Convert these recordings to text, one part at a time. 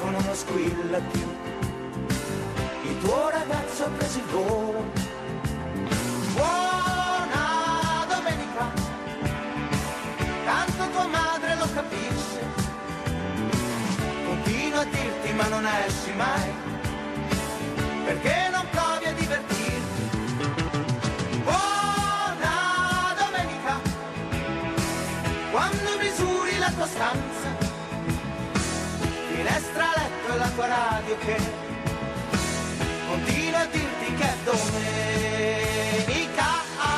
telefono non squilla più, il tuo ragazzo ha preso il volo. Buona domenica, tanto tua madre lo capisce, continuo a dirti ma non esci mai, perché non provi a divertirti. Buona domenica, quando misuri la tua stanza, finestra, letto e la tua radio che continua a dirti che è domenica.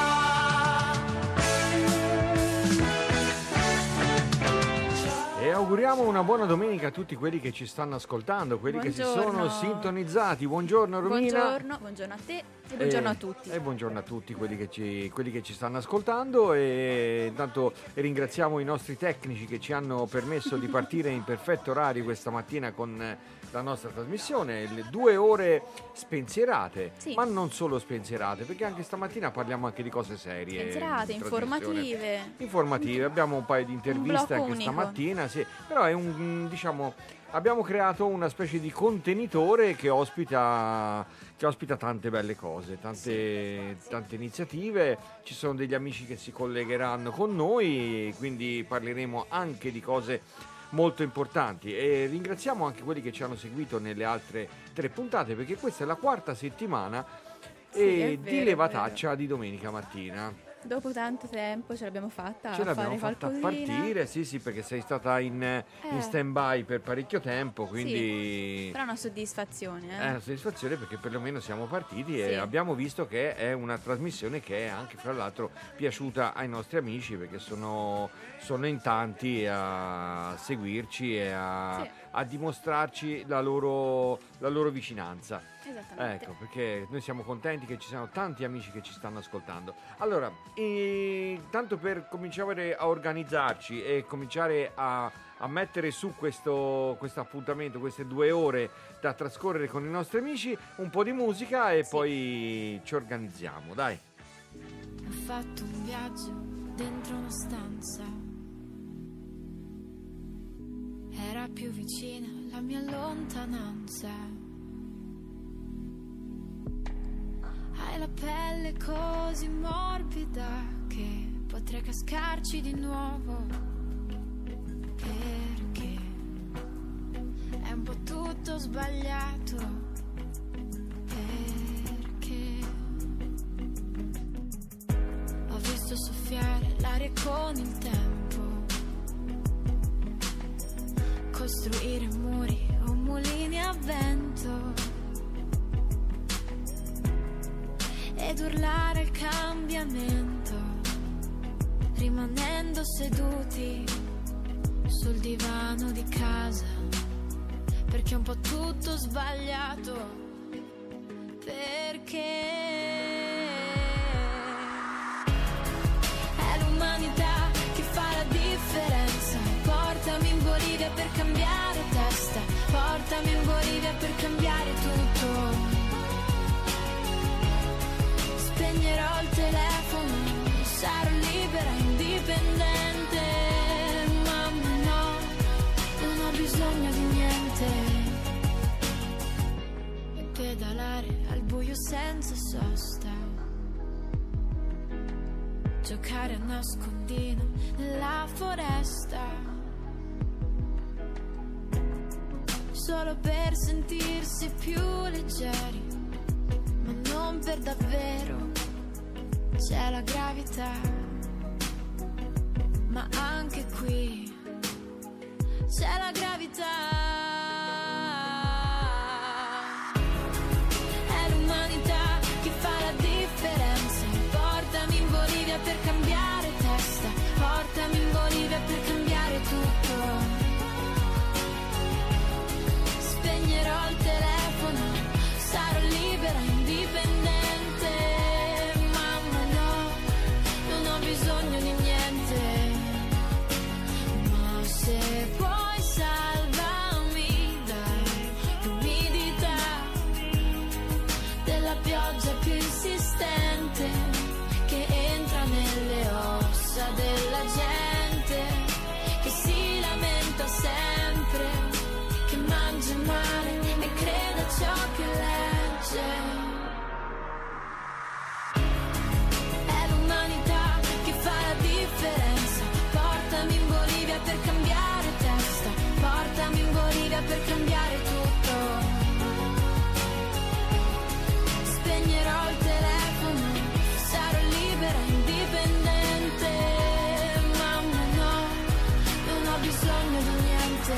E auguriamo una buona domenica a tutti quelli che ci stanno ascoltando, quelli che si sono sintonizzati. Buongiorno Romina. Buongiorno a te e buongiorno a tutti. E buongiorno a tutti quelli che ci stanno ascoltando, e intanto ringraziamo i nostri tecnici che ci hanno permesso di partire in perfetto orario questa mattina con la nostra trasmissione, le 2 ore spensierate, sì. Ma non solo spensierate, perché anche stamattina parliamo anche di cose serie. Spensierate, informative, abbiamo un paio di interviste anche stamattina, sì, però è abbiamo creato una specie di contenitore che ospita tante belle cose, tante iniziative. Ci sono degli amici che si collegheranno con noi, quindi parleremo anche di cose molto importanti, e ringraziamo anche quelli che ci hanno seguito nelle altre 3 puntate, perché questa è la 4ª settimana di levataccia di domenica mattina. Dopo tanto tempo ce l'abbiamo fatta partire, sì, perché sei stata in stand-by per parecchio tempo, quindi... Sì, però una soddisfazione. È una soddisfazione, perché perlomeno siamo partiti e abbiamo visto che è una trasmissione che è anche, fra l'altro, piaciuta ai nostri amici, perché sono in tanti a seguirci e a dimostrarci la loro vicinanza. Esattamente. Ecco, perché noi siamo contenti che ci siano tanti amici che ci stanno ascoltando. Allora, tanto per cominciare a organizzarci e cominciare a mettere su questo appuntamento, queste 2 ore da trascorrere con i nostri amici, un po' di musica e poi ci organizziamo, dai. Ho fatto un viaggio dentro una stanza, era più vicina la mia lontananza. Hai la pelle così morbida che potrei cascarci di nuovo, perché è un po' tutto sbagliato, perché ho visto soffiare l'aria con il tempo, costruire muri o mulini a vento ed urlare il cambiamento, rimanendo seduti sul divano di casa, perché è un po' tutto sbagliato, perché è l'umanità che fa la differenza. Portami in Bolivia per cambiare testa, portami in Bolivia per cambiare tutto. Spegnerò il telefono, sarò libera, indipendente, mamma no, non ho bisogno di niente. E pedalare al buio senza sosta, giocare a nascondino nella foresta, solo per sentirsi più leggeri, ma non per davvero. C'è la gravità, ma anche qui c'è la gravità. È l'umanità che fa la differenza. Portami in Bolivia per cambiare testa, portami in Bolivia per cambiare tutto. Spegnerò il telefono, sarò libera, indipendente. Bisogno di niente, ma se puoi salvare per cambiare tutto. Spegnerò il telefono, sarò libera, indipendente. Mamma no, non ho bisogno di niente.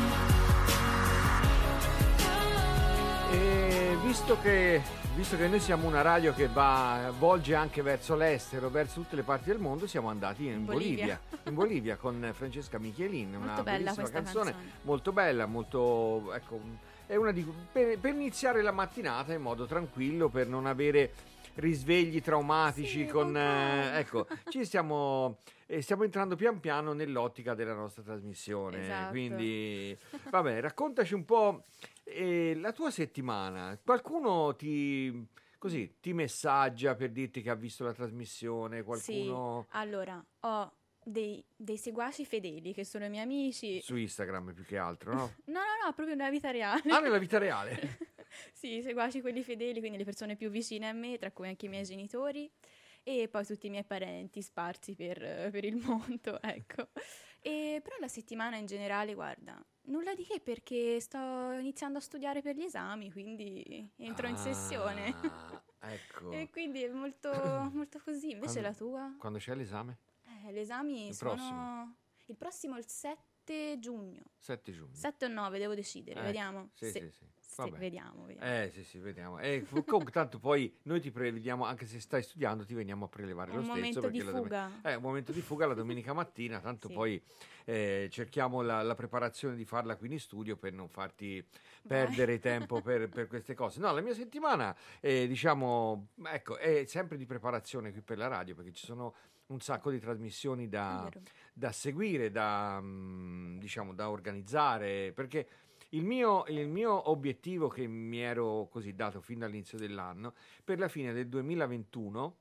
E visto che noi siamo una radio che volge anche verso l'estero, verso tutte le parti del mondo, siamo andati in Bolivia con Francesca Michelin, una bellissima canzone, molto bella, molto, ecco, è una per iniziare la mattinata in modo tranquillo, per non avere risvegli traumatici, ecco, stiamo entrando pian piano nell'ottica della nostra trasmissione. Esatto. Quindi vabbè, raccontaci un po' la tua settimana. Qualcuno ti messaggia per dirti che ha visto la trasmissione? Qualcuno? Sì, allora ho dei seguaci fedeli che sono i miei amici Su Instagram più che altro, no? No, proprio nella vita reale. Ah, nella vita reale? Sì, i seguaci quelli fedeli, quindi le persone più vicine a me, tra cui anche i miei genitori e poi tutti i miei parenti sparsi per il mondo, ecco. Però la settimana in generale, guarda, nulla di che, perché sto iniziando a studiare per gli esami, quindi entro in sessione. Ecco. E quindi è molto, molto così. Invece la tua? Quando c'è l'esame? Gli esami il prossimo è il 7 giugno. 7 giugno. 7 o 9, devo decidere, vediamo. Sì. Vediamo. Sì, vediamo. Comunque tanto poi noi ti prevediamo, anche se stai studiando, ti veniamo a prelevare lo stesso. Un momento di fuga la domenica mattina, tanto sì. Poi cerchiamo la preparazione di farla qui in studio per non farti perdere tempo per queste cose. No, la mia settimana diciamo, ecco, è sempre di preparazione qui per la radio, perché ci sono un sacco di trasmissioni da seguire, da organizzare, perché il mio obiettivo che mi ero così dato fin dall'inizio dell'anno, per la fine del 2021,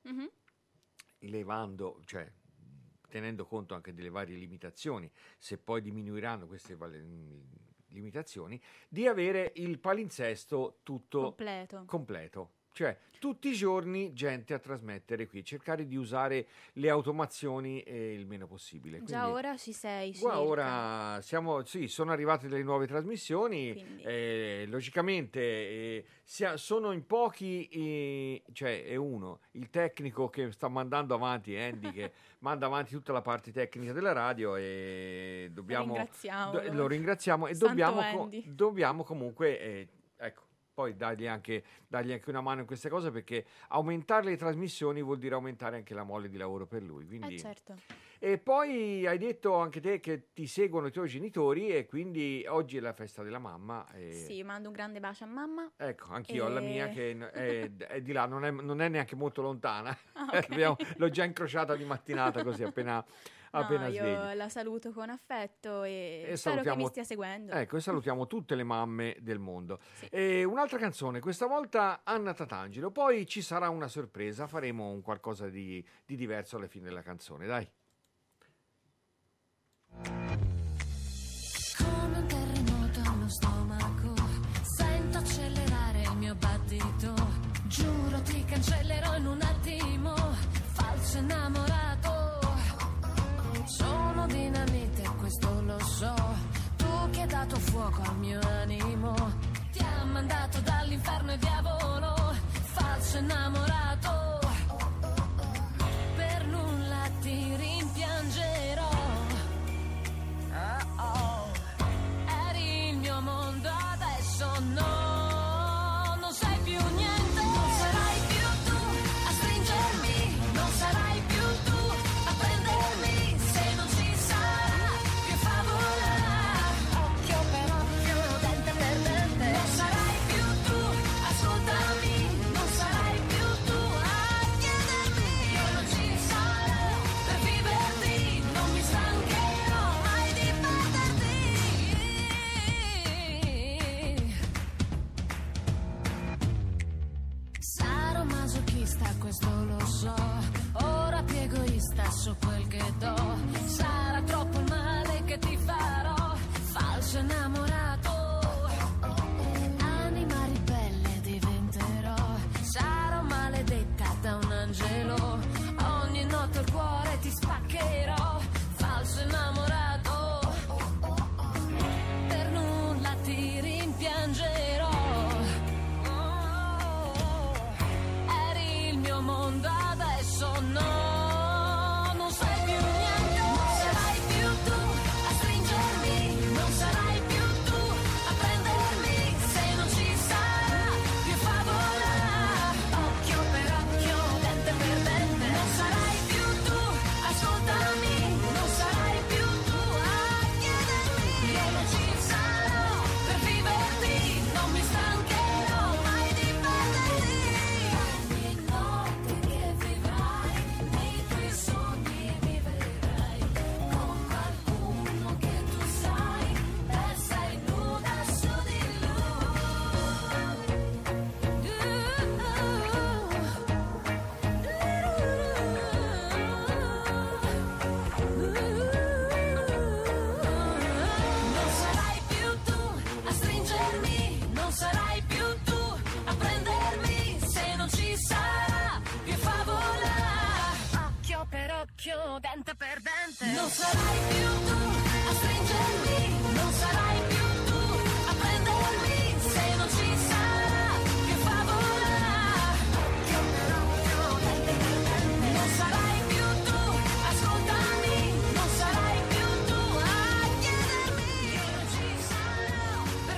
tenendo conto anche delle varie limitazioni, se poi diminuiranno queste limitazioni, di avere il palinsesto tutto completo. Cioè, tutti i giorni gente a trasmettere qui, cercare di usare le automazioni il meno possibile. Quindi, già ora ci sei. Ora sono arrivate delle nuove trasmissioni, logicamente sono in pochi, è uno, il tecnico che sta mandando avanti, Andy, che manda avanti tutta la parte tecnica della radio, e lo ringraziamo e dobbiamo comunque, ecco, poi dargli anche una mano in queste cose, perché aumentare le trasmissioni vuol dire aumentare anche la mole di lavoro per lui. Quindi, certo. E poi hai detto anche te che ti seguono i tuoi genitori, e quindi oggi è la festa della mamma. Sì, mando un grande bacio a mamma. Ecco, anch'io ho la mia che è di là, non è neanche molto lontana. Okay. L'ho già incrociata di mattinata così appena sveglia. Io la saluto con affetto e spero che mi stia seguendo. Ecco, e salutiamo tutte le mamme del mondo. Sì. E un'altra canzone, questa volta Anna Tatangelo, poi ci sarà una sorpresa, faremo un qualcosa di diverso alla fine della canzone, dai. Come un terremoto allo stomaco, sento accelerare il mio battito, giuro ti cancellerò in un attimo, falso innamorato. Sono dinamite, questo lo so, tu che hai dato fuoco al mio animo, ti ha mandato dall'inferno il diavolo, falso innamorato, per nulla ti rimpiangerò. Eri il mio mondo, adesso no, non sei più niente. Non sarai più tu a stringermi, non sarai più tu a prendermi, se non ci sarà più favola, occhio per occhio, dente per dente. Non sarai più tu, ascoltami, non sarai più tu a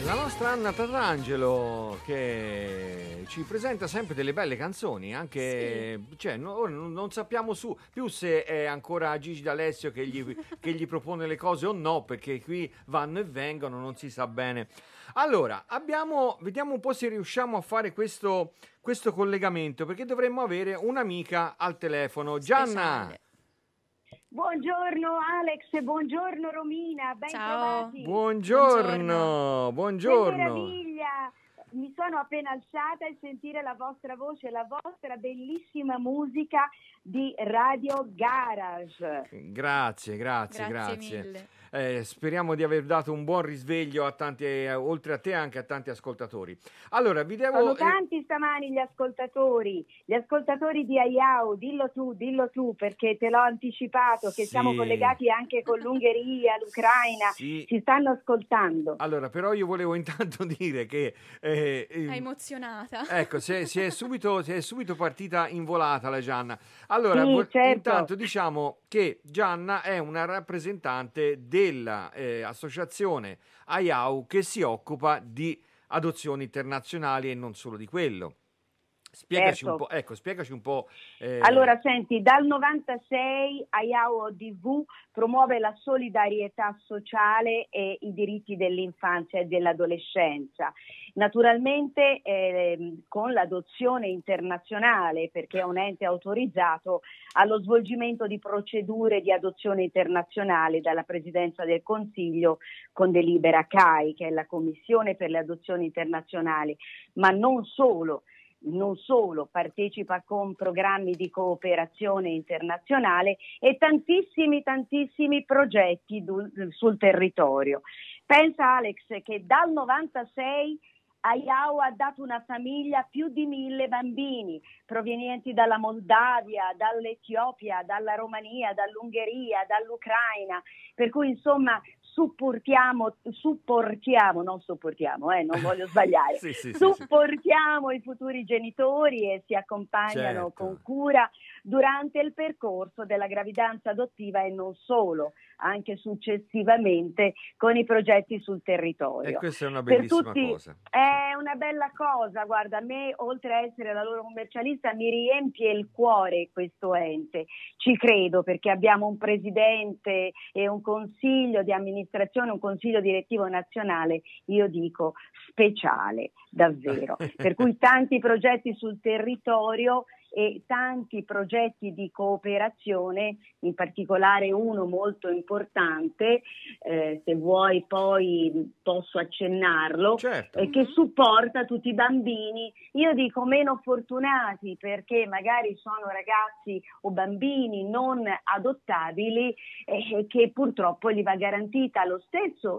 La nostra Anna Tatangelo che ci presenta sempre delle belle canzoni, anche cioè, ora non sappiamo più se è ancora Gigi D'Alessio che gli propone le cose o no, perché qui vanno e vengono, non si sa bene. Allora, vediamo un po' se riusciamo a fare questo collegamento, perché dovremmo avere un'amica al telefono. Gianna! Speciale. Buongiorno Alex, buongiorno Romina, ben trovati. Buongiorno. Che meraviglia, mi sono appena alzata e sentire la vostra voce, la vostra bellissima musica di Radio Garage. Grazie Mille. Speriamo di aver dato un buon risveglio a tanti, oltre a te anche a tanti ascoltatori. Allora, vi devo... Sono tanti stamani gli ascoltatori di Aiao, dillo tu, perché te l'ho anticipato, che siamo collegati anche con l'Ungheria, l'Ucraina, si stanno ascoltando. Allora, però io volevo intanto dire che... È emozionata. Ecco, si è subito partita in volata la Gianna. Allora, certo. Intanto diciamo che Gianna è una rappresentante dell'associazione Aiao che si occupa di adozioni internazionali e non solo di quello. Spiegaci un po', spiegaci un po'. Allora, senti, dal 96 Aiao ODV promuove la solidarietà sociale e i diritti dell'infanzia e dell'adolescenza. Naturalmente con l'adozione internazionale, perché è un ente autorizzato allo svolgimento di procedure di adozione internazionale dalla Presidenza del Consiglio con delibera CAI, che è la Commissione per le adozioni internazionali, ma non solo, partecipa con programmi di cooperazione internazionale e tantissimi progetti sul territorio. Pensa Alex che dal 96 Aiao ha dato una famiglia a più di 1.000 bambini provenienti dalla Moldavia, dall'Etiopia, dalla Romania, dall'Ungheria, dall'Ucraina, per cui insomma supportiamo, non voglio sbagliare, supportiamo i futuri genitori e si accompagnano con cura durante il percorso della gravidanza adottiva e non solo, anche successivamente con i progetti sul territorio. E questa è una bellissima cosa. È una bella cosa, guarda, a me oltre a essere la loro commercialista mi riempie il cuore questo ente, ci credo perché abbiamo un presidente e un consiglio di amministrazione, un consiglio direttivo nazionale, io dico speciale, davvero, per cui tanti progetti sul territorio e tanti progetti di cooperazione, in particolare uno molto importante, se vuoi poi posso accennarlo, che supporta tutti i bambini, io dico meno fortunati perché magari sono ragazzi o bambini non adottabili che purtroppo gli va garantita lo stesso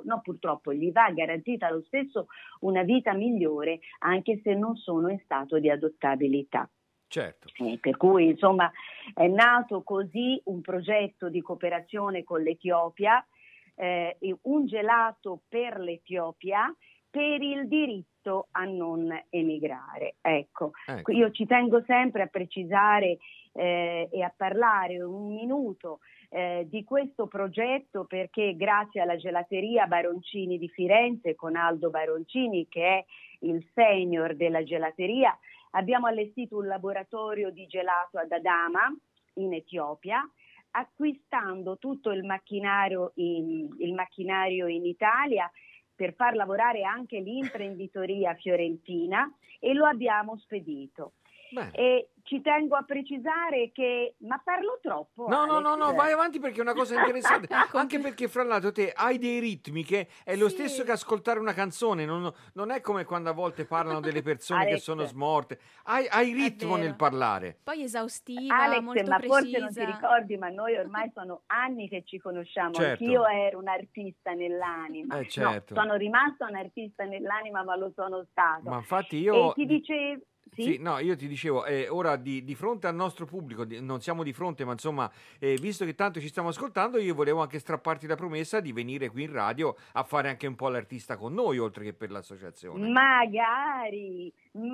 una vita migliore anche se non sono in stato di adottabilità. Certo. Per cui insomma è nato così un progetto di cooperazione con l'Etiopia, un gelato per l'Etiopia per il diritto a non emigrare. Ecco. Io ci tengo sempre a precisare e a parlare un minuto di questo progetto perché grazie alla gelateria Baroncini di Firenze con Aldo Baroncini che è il senior della gelateria abbiamo allestito un laboratorio di gelato ad Adama, in Etiopia, acquistando tutto il macchinario in Italia per far lavorare anche l'imprenditoria fiorentina e lo abbiamo spedito. E ci tengo a precisare che, ma parlo troppo? No, vai avanti perché è una cosa interessante, anche perché fra l'altro te hai dei ritmi che è lo stesso che ascoltare una canzone, non è come quando a volte parlano delle persone che sono smorte, hai ritmo nel parlare. Poi esaustiva, Alex, molto ma precisa. forse non ti ricordi, ma noi ormai sono anni che ci conosciamo, anch'io ero un artista nell'anima, sono rimasta un artista nell'anima ma lo sono stato. Ma infatti io... E ti dicevo... Sì, no, io ti dicevo, ora di fronte al nostro pubblico, non siamo di fronte, ma insomma, visto che tanto ci stiamo ascoltando, io volevo anche strapparti la promessa di venire qui in radio a fare anche un po' l'artista con noi, oltre che per l'associazione. Magari,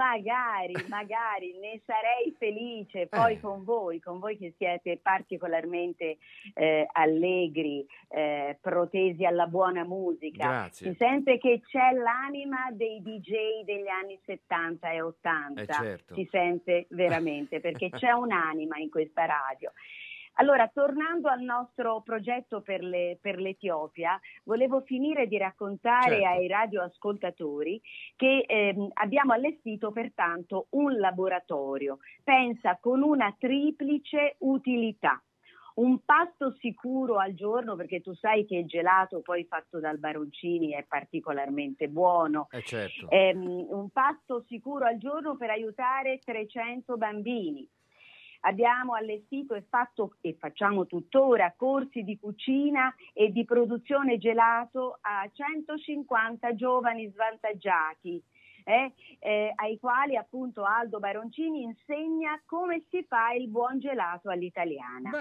ne sarei felice. Poi con voi che siete particolarmente allegri, protesi alla buona musica. Grazie. Si sente che c'è l'anima dei DJ degli anni 70 e 80. Certo. Si sente veramente, perché c'è un'anima in questa radio. Allora, tornando al nostro progetto per l'Etiopia, volevo finire di raccontare ai radioascoltatori che abbiamo allestito pertanto un laboratorio, pensa, con una triplice utilità. Un pasto sicuro al giorno, perché tu sai che il gelato poi fatto dal Baroncini è particolarmente buono. Certo. Un pasto sicuro al giorno per aiutare 300 bambini. Abbiamo allestito e facciamo tuttora corsi di cucina e di produzione gelato a 150 giovani svantaggiati. Ai quali appunto Aldo Baroncini insegna come si fa il buon gelato all'italiana.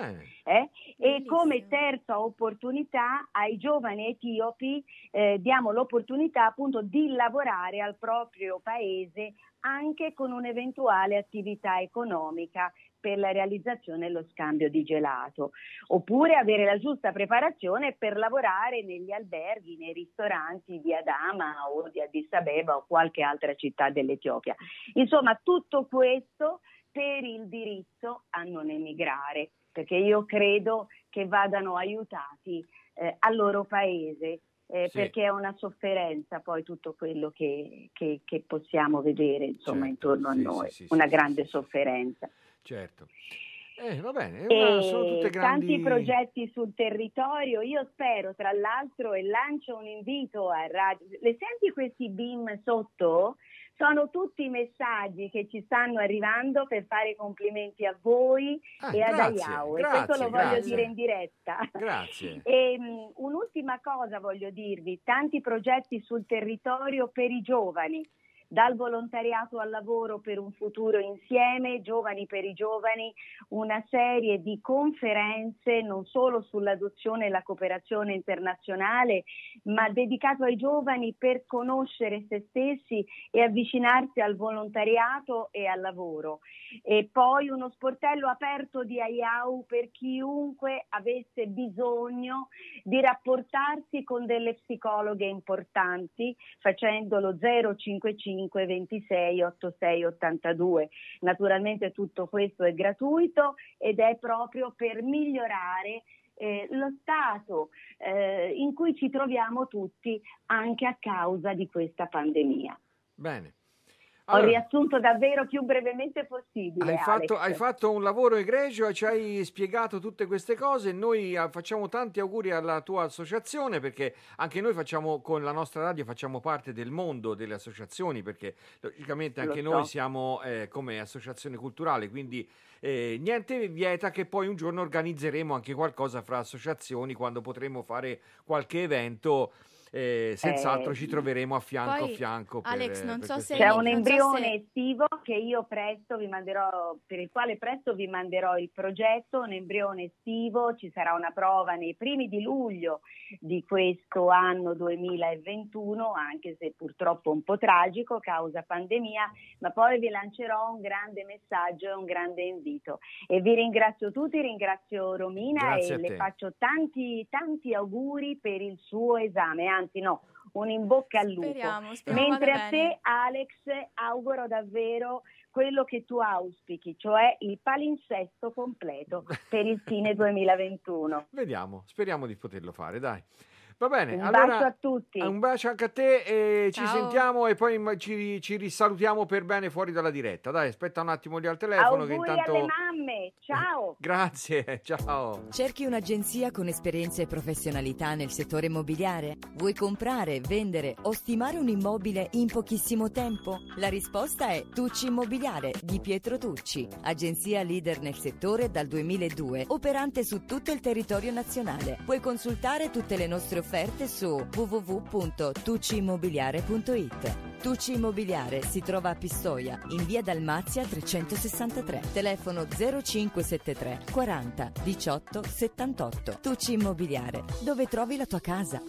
E come terza opportunità ai giovani etiopi diamo l'opportunità appunto di lavorare al proprio paese anche con un'eventuale attività economica per la realizzazione e lo scambio di gelato, oppure avere la giusta preparazione per lavorare negli alberghi, nei ristoranti di Adama o di Addis Abeba o qualche altra città dell'Etiopia. Insomma, tutto questo per il diritto a non emigrare, perché io credo che vadano aiutati al loro paese. Perché è una sofferenza poi tutto quello che possiamo vedere intorno a noi, una grande sofferenza. Certo. Va bene, sono tutte grandi... Tanti progetti sul territorio. Io spero, tra l'altro, e lancio un invito a radio. Le senti questi beam sotto? Sono tutti messaggi che ci stanno arrivando per fare complimenti a voi e ad Ayao. E questo lo voglio dire in diretta. Grazie. E un'ultima cosa voglio dirvi: tanti progetti sul territorio per i giovani. Dal volontariato al lavoro per un futuro insieme, Giovani per i giovani, una serie di conferenze non solo sull'adozione e la cooperazione internazionale, ma dedicato ai giovani per conoscere se stessi e avvicinarsi al volontariato e al lavoro. E poi uno sportello aperto di Ayao per chiunque avesse bisogno di rapportarsi con delle psicologhe importanti, facendolo 055 26 86 82. Naturalmente tutto questo è gratuito ed è proprio per migliorare lo stato in cui ci troviamo tutti anche a causa di questa pandemia. Bene. Allora, ho riassunto davvero più brevemente possibile. Hai fatto un lavoro egregio, ci hai spiegato tutte queste cose. Noi facciamo tanti auguri alla tua associazione, perché anche noi con la nostra radio facciamo parte del mondo delle associazioni, perché logicamente anche noi siamo come associazione culturale, quindi niente vieta che poi un giorno organizzeremo anche qualcosa fra associazioni, quando potremo fare qualche evento. Senz'altro ci troveremo a fianco. Alex, non so se c'è un embrione estivo che io presto vi manderò, per il quale presto vi manderò il progetto, un embrione estivo. Ci sarà una prova nei primi di luglio di questo anno 2021, anche se purtroppo un po' tragico causa pandemia, ma poi vi lancerò un grande messaggio e un grande invito. E vi ringrazio tutti, ringrazio Romina. Grazie e le faccio tanti auguri per il suo esame. Anzi no, un in bocca al lupo. Speriamo Mentre a te, Alex, auguro davvero quello che tu auspichi, cioè il palinsesto completo per il fine 2021. Vediamo, speriamo di poterlo fare, dai. Va bene, un bacio a tutti. Un bacio anche a te e ci sentiamo e poi ci risalutiamo per bene fuori dalla diretta. Dai, aspetta un attimo lì al telefono. Auguri che intanto... alle mamme, ciao. Grazie, ciao. Cerchi un'agenzia con esperienza e professionalità nel settore immobiliare? Vuoi comprare, vendere o stimare un immobile in pochissimo tempo? La risposta è Tucci Immobiliare di Pietro Tucci, agenzia leader nel settore dal 2002, operante su tutto il territorio nazionale. Puoi consultare tutte le nostre offerte su www.tucciimmobiliare.it. Tucci Immobiliare si trova a Pistoia, in via Dalmazia 363. Telefono 0573 40 18 78. Tucci Immobiliare, dove trovi la tua casa.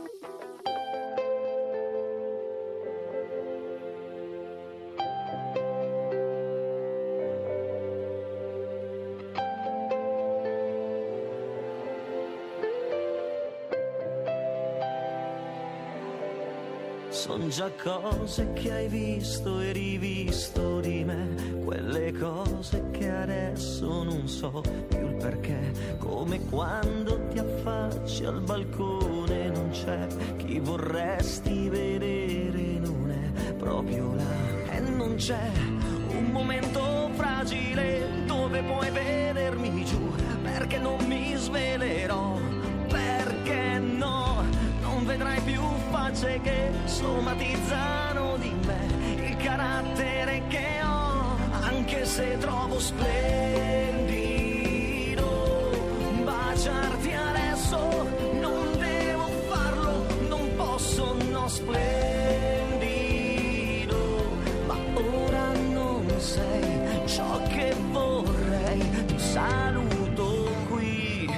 Son già cose che hai visto e rivisto di me, quelle cose che adesso non so più il perché, come quando ti affacci al balcone, non c'è chi vorresti vedere, non è proprio là, e non c'è un momento fragile dove puoi vedermi giù, perché non mi svelerò, perché no, non vedrai più facce che somatizzano di me il carattere che ho, anche se trovo splendido baciarti adesso, non devo farlo, non posso, no, splendido, ma ora non sei ciò che vorrei, ti saluto qui.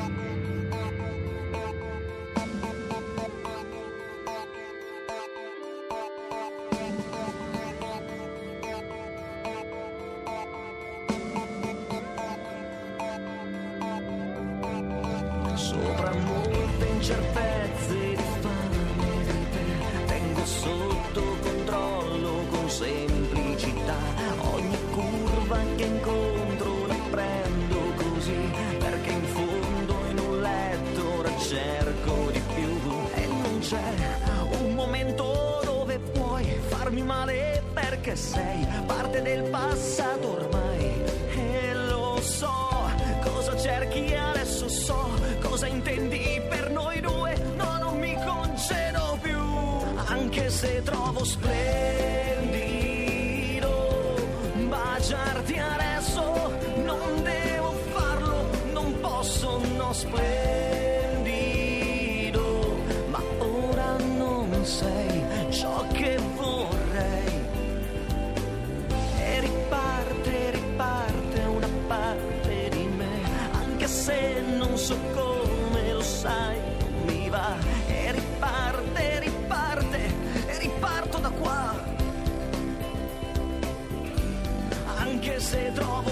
Sopra molte incertezze di fame di te, tengo sotto controllo con semplicità ogni curva che incontro, la prendo così, perché in fondo in un letto ora cerco di più, e non c'è un momento dove puoi farmi male, perché sei parte del passato ormai, e lo so cosa cerchi adesso, so cosa intendi per noi due, no, non mi concedo più, anche se trovo splendido baciarti adesso, non devo farlo, non posso, no, splendido, ma ora non sei ciò che vorrei, e riparte una parte di me, anche se non so come, lo sai, non mi va, e riparto da qua, anche se trovo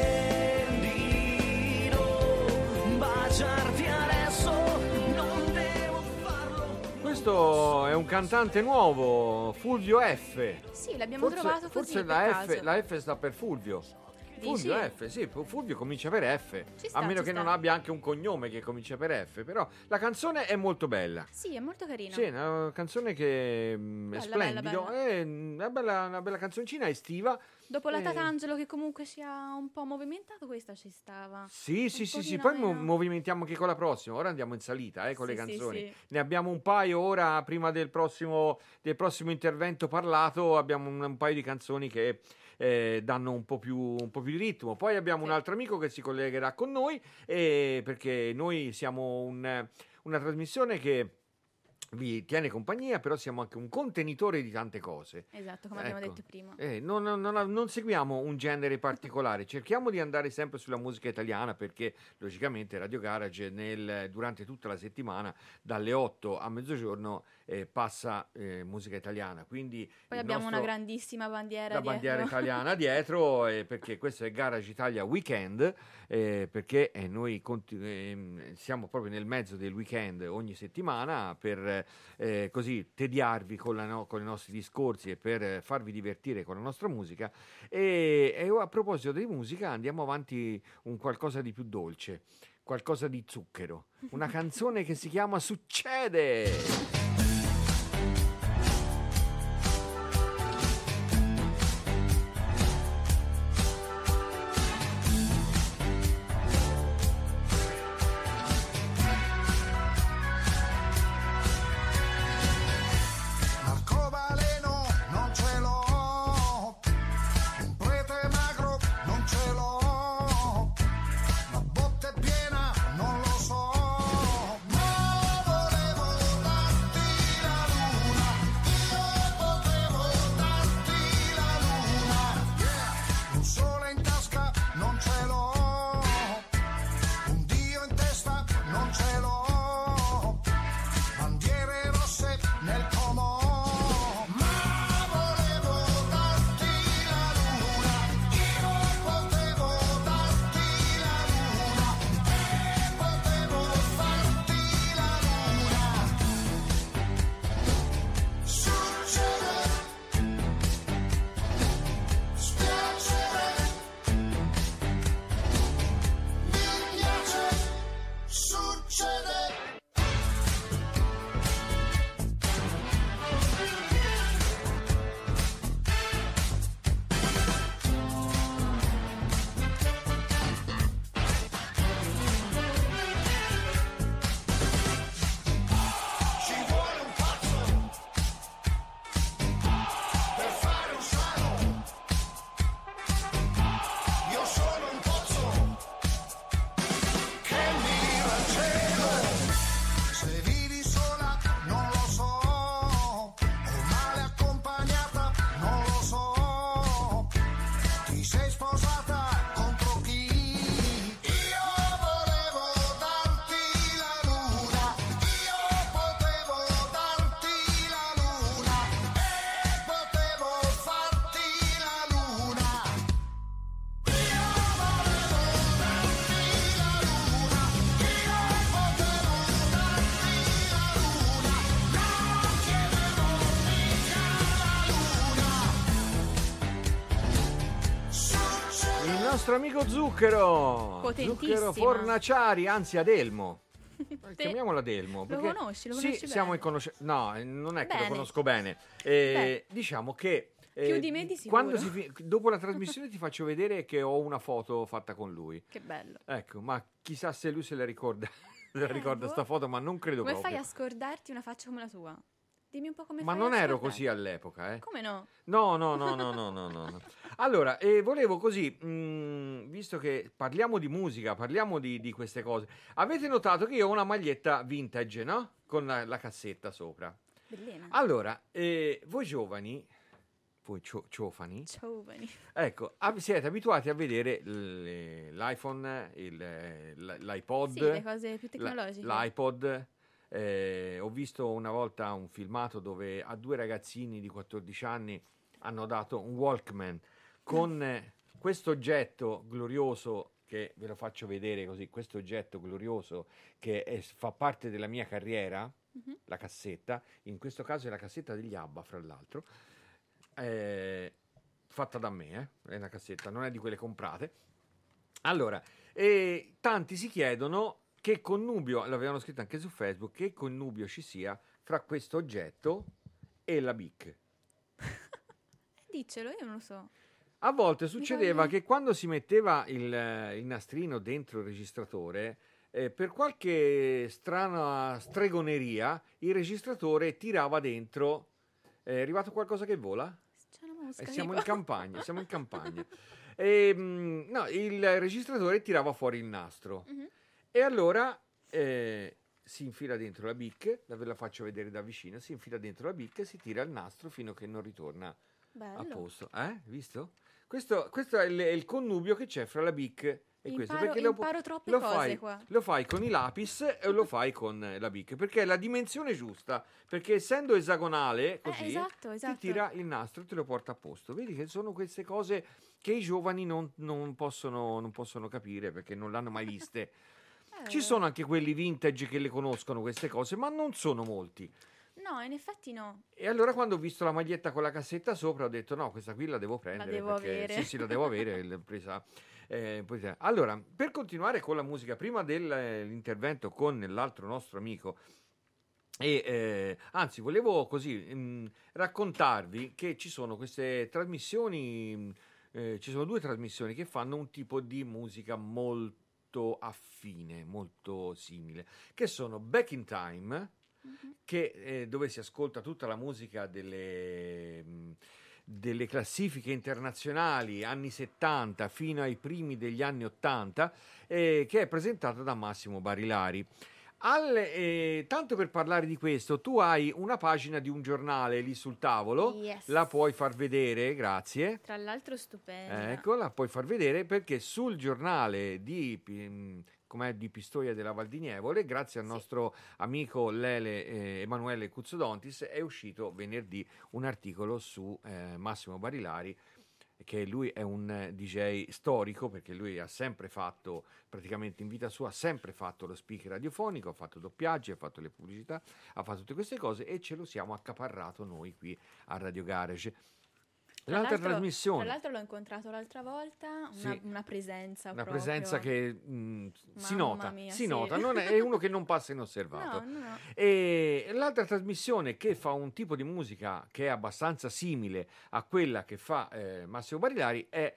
splendido baciarti adesso, non devo farlo. Questo è un cantante nuovo, Fulvio F. Sì, l'abbiamo trovato così. Forse per la F sta per Fulvio. Fulvio F, sì, Fulvio comincia per F, a meno che non abbia anche un cognome che comincia per F, però la canzone è molto bella. Sì, è molto carina. Sì, è una canzone che è splendido, bella. è una bella canzoncina estiva. Dopo la Tatangelo che comunque si è un po' movimentato, questa ci stava. Sì, poi movimentiamo anche con la prossima, ora andiamo in salita con le canzoni. Sì. Ne abbiamo un paio ora, prima del prossimo intervento parlato, abbiamo un paio di canzoni che danno un po' più di ritmo. Poi abbiamo un altro amico che si collegherà con noi, perché noi siamo una trasmissione che vi tiene compagnia, però siamo anche un contenitore di tante cose. Esatto, come abbiamo detto prima. Non seguiamo un genere particolare, cerchiamo di andare sempre sulla musica italiana, perché logicamente Radio Garage durante tutta la settimana dalle 8 a mezzogiorno passa musica italiana, quindi poi abbiamo una grandissima bandiera italiana dietro, perché questo è Garage Italia Weekend, perché noi siamo proprio nel mezzo del weekend ogni settimana, per così tediarvi con i nostri discorsi e per farvi divertire con la nostra musica, e a proposito di musica andiamo avanti un qualcosa di più dolce, qualcosa di zucchero, una canzone che si chiama Succede. Piena, non lo so, ma volevo darti nostro amico Zucchero. Potentissima. Zucchero Fornaciari, anzi Adelmo. Chiamiamolo Adelmo. Lo conosci? Lo conosci bene? Siamo in conoscenza. No, non è che Bene. lo conosco bene. Diciamo che Più di me di sicuro. dopo la trasmissione ti faccio vedere che ho una foto fatta con lui. Che bello. Ecco, ma chissà se lui se la ricorda. Se la ricorda boh. sta foto, ma non credo Come proprio. fai a scordarti una faccia come la tua? Dimmi un po' come Ma fai non a ero scordarti. così all'epoca, eh. Come no? No. Allora, volevo così, visto che parliamo di musica, parliamo di queste cose, avete notato che io ho una maglietta vintage, no? Con la cassetta sopra. Bellina. Allora, voi giovani, voi ciofani, Giovani. ecco, siete abituati a vedere l'iPhone, l'iPod, Sì, le cose più tecnologiche. l'iPod. Ho visto una volta un filmato dove a 2 ragazzini di 14 anni hanno dato un Walkman con questo oggetto glorioso, che ve lo faccio vedere così, questo oggetto glorioso che fa parte della mia carriera, la cassetta, in questo caso è la cassetta degli ABBA, fra l'altro, fatta da me, è una cassetta, non è di quelle comprate. Allora, tanti si chiedono che connubio, l'avevano scritto anche su Facebook, che connubio ci sia fra questo oggetto e la BIC. Diccelo, io non lo so. A volte succedeva che quando si metteva il nastrino dentro il registratore, per qualche strana stregoneria, il registratore tirava dentro. È arrivato qualcosa che vola? C'è una mosca. Siamo tipo. in campagna, siamo in campagna. No, il registratore tirava fuori il nastro. E allora si infila dentro la BIC, ve la faccio vedere da vicino, si infila dentro la BIC e si tira il nastro fino a che non ritorna Bello. a posto. Visto? Questo è il connubio che c'è fra la BIC e questo. Perché imparo troppe cose qua. lo fai con i lapis e lo fai con la BIC, perché è la dimensione giusta, perché essendo esagonale così esatto. ti tira il nastro e te lo porta a posto. Vedi che sono queste cose che i giovani non possono capire perché non l'hanno mai viste. Ci sono anche quelli vintage che le conoscono queste cose, ma non sono molti. No, in effetti no. E allora quando ho visto la maglietta con la cassetta sopra ho detto no, questa qui la devo prendere. La devo perché, avere. Sì, la devo avere. L'ho presa, allora, per continuare con la musica, prima dell'intervento con l'altro nostro amico, anzi volevo così raccontarvi che ci sono queste trasmissioni, ci sono 2 trasmissioni che fanno un tipo di musica molto affine, molto simile, che sono Back in Time, che dove si ascolta tutta la musica delle classifiche internazionali anni 70 fino ai primi degli anni 80, che è presentata da Massimo Barilari. Tanto per parlare di questo, tu hai una pagina di un giornale lì sul tavolo, Yes. la puoi far vedere, grazie. Tra l'altro stupenda. Ecco, la puoi far vedere perché sul giornale di Pistoia della Val di Nievole, grazie al nostro amico Lele Emanuele Cuzzodontis, è uscito venerdì un articolo su Massimo Barilari, che lui è un DJ storico, perché lui ha sempre fatto, praticamente in vita sua, ha sempre fatto lo speaker radiofonico, ha fatto doppiaggi, ha fatto le pubblicità, ha fatto tutte queste cose e ce lo siamo accaparrato noi qui a Radio Garage. L'altra trasmissione. Tra l'altro l'ho incontrato l'altra volta, una presenza una proprio. presenza che si nota, mia, si sì. nota, è uno che non passa inosservato. No. E l'altra trasmissione che fa un tipo di musica che è abbastanza simile a quella che fa Massimo Barilari è,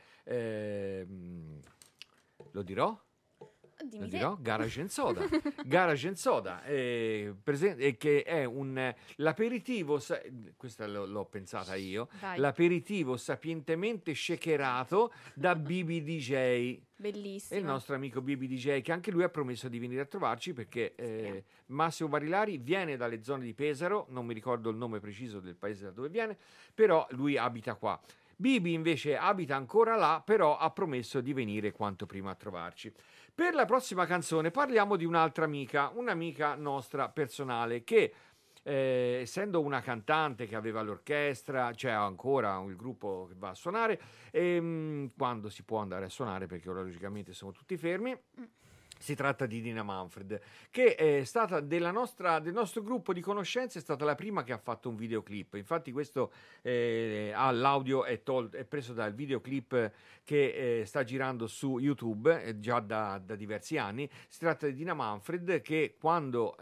lo dirò? Dimmi Garage and Soda. Garage and Soda, che è l'aperitivo, questa l'ho pensata io, Vai. l'aperitivo sapientemente shakerato da Bibi DJ. Bellissimo. E il nostro amico Bibi DJ, che anche lui ha promesso di venire a trovarci perché Massimo Barilari viene dalle zone di Pesaro, non mi ricordo il nome preciso del paese da dove viene, però lui abita qua. Bibi invece abita ancora là, però ha promesso di venire quanto prima a trovarci. Per la prossima canzone parliamo di un'amica nostra personale che, essendo una cantante che aveva l'orchestra, c'è ancora il gruppo che va a suonare, quando si può andare a suonare, perché ora logicamente sono tutti fermi, Si tratta di Dina Manfred, che è stata del nostro gruppo di conoscenze, è stata la prima che ha fatto un videoclip. Infatti questo l'audio è preso dal videoclip che sta girando su YouTube già da diversi anni. Si tratta di Dina Manfred che quando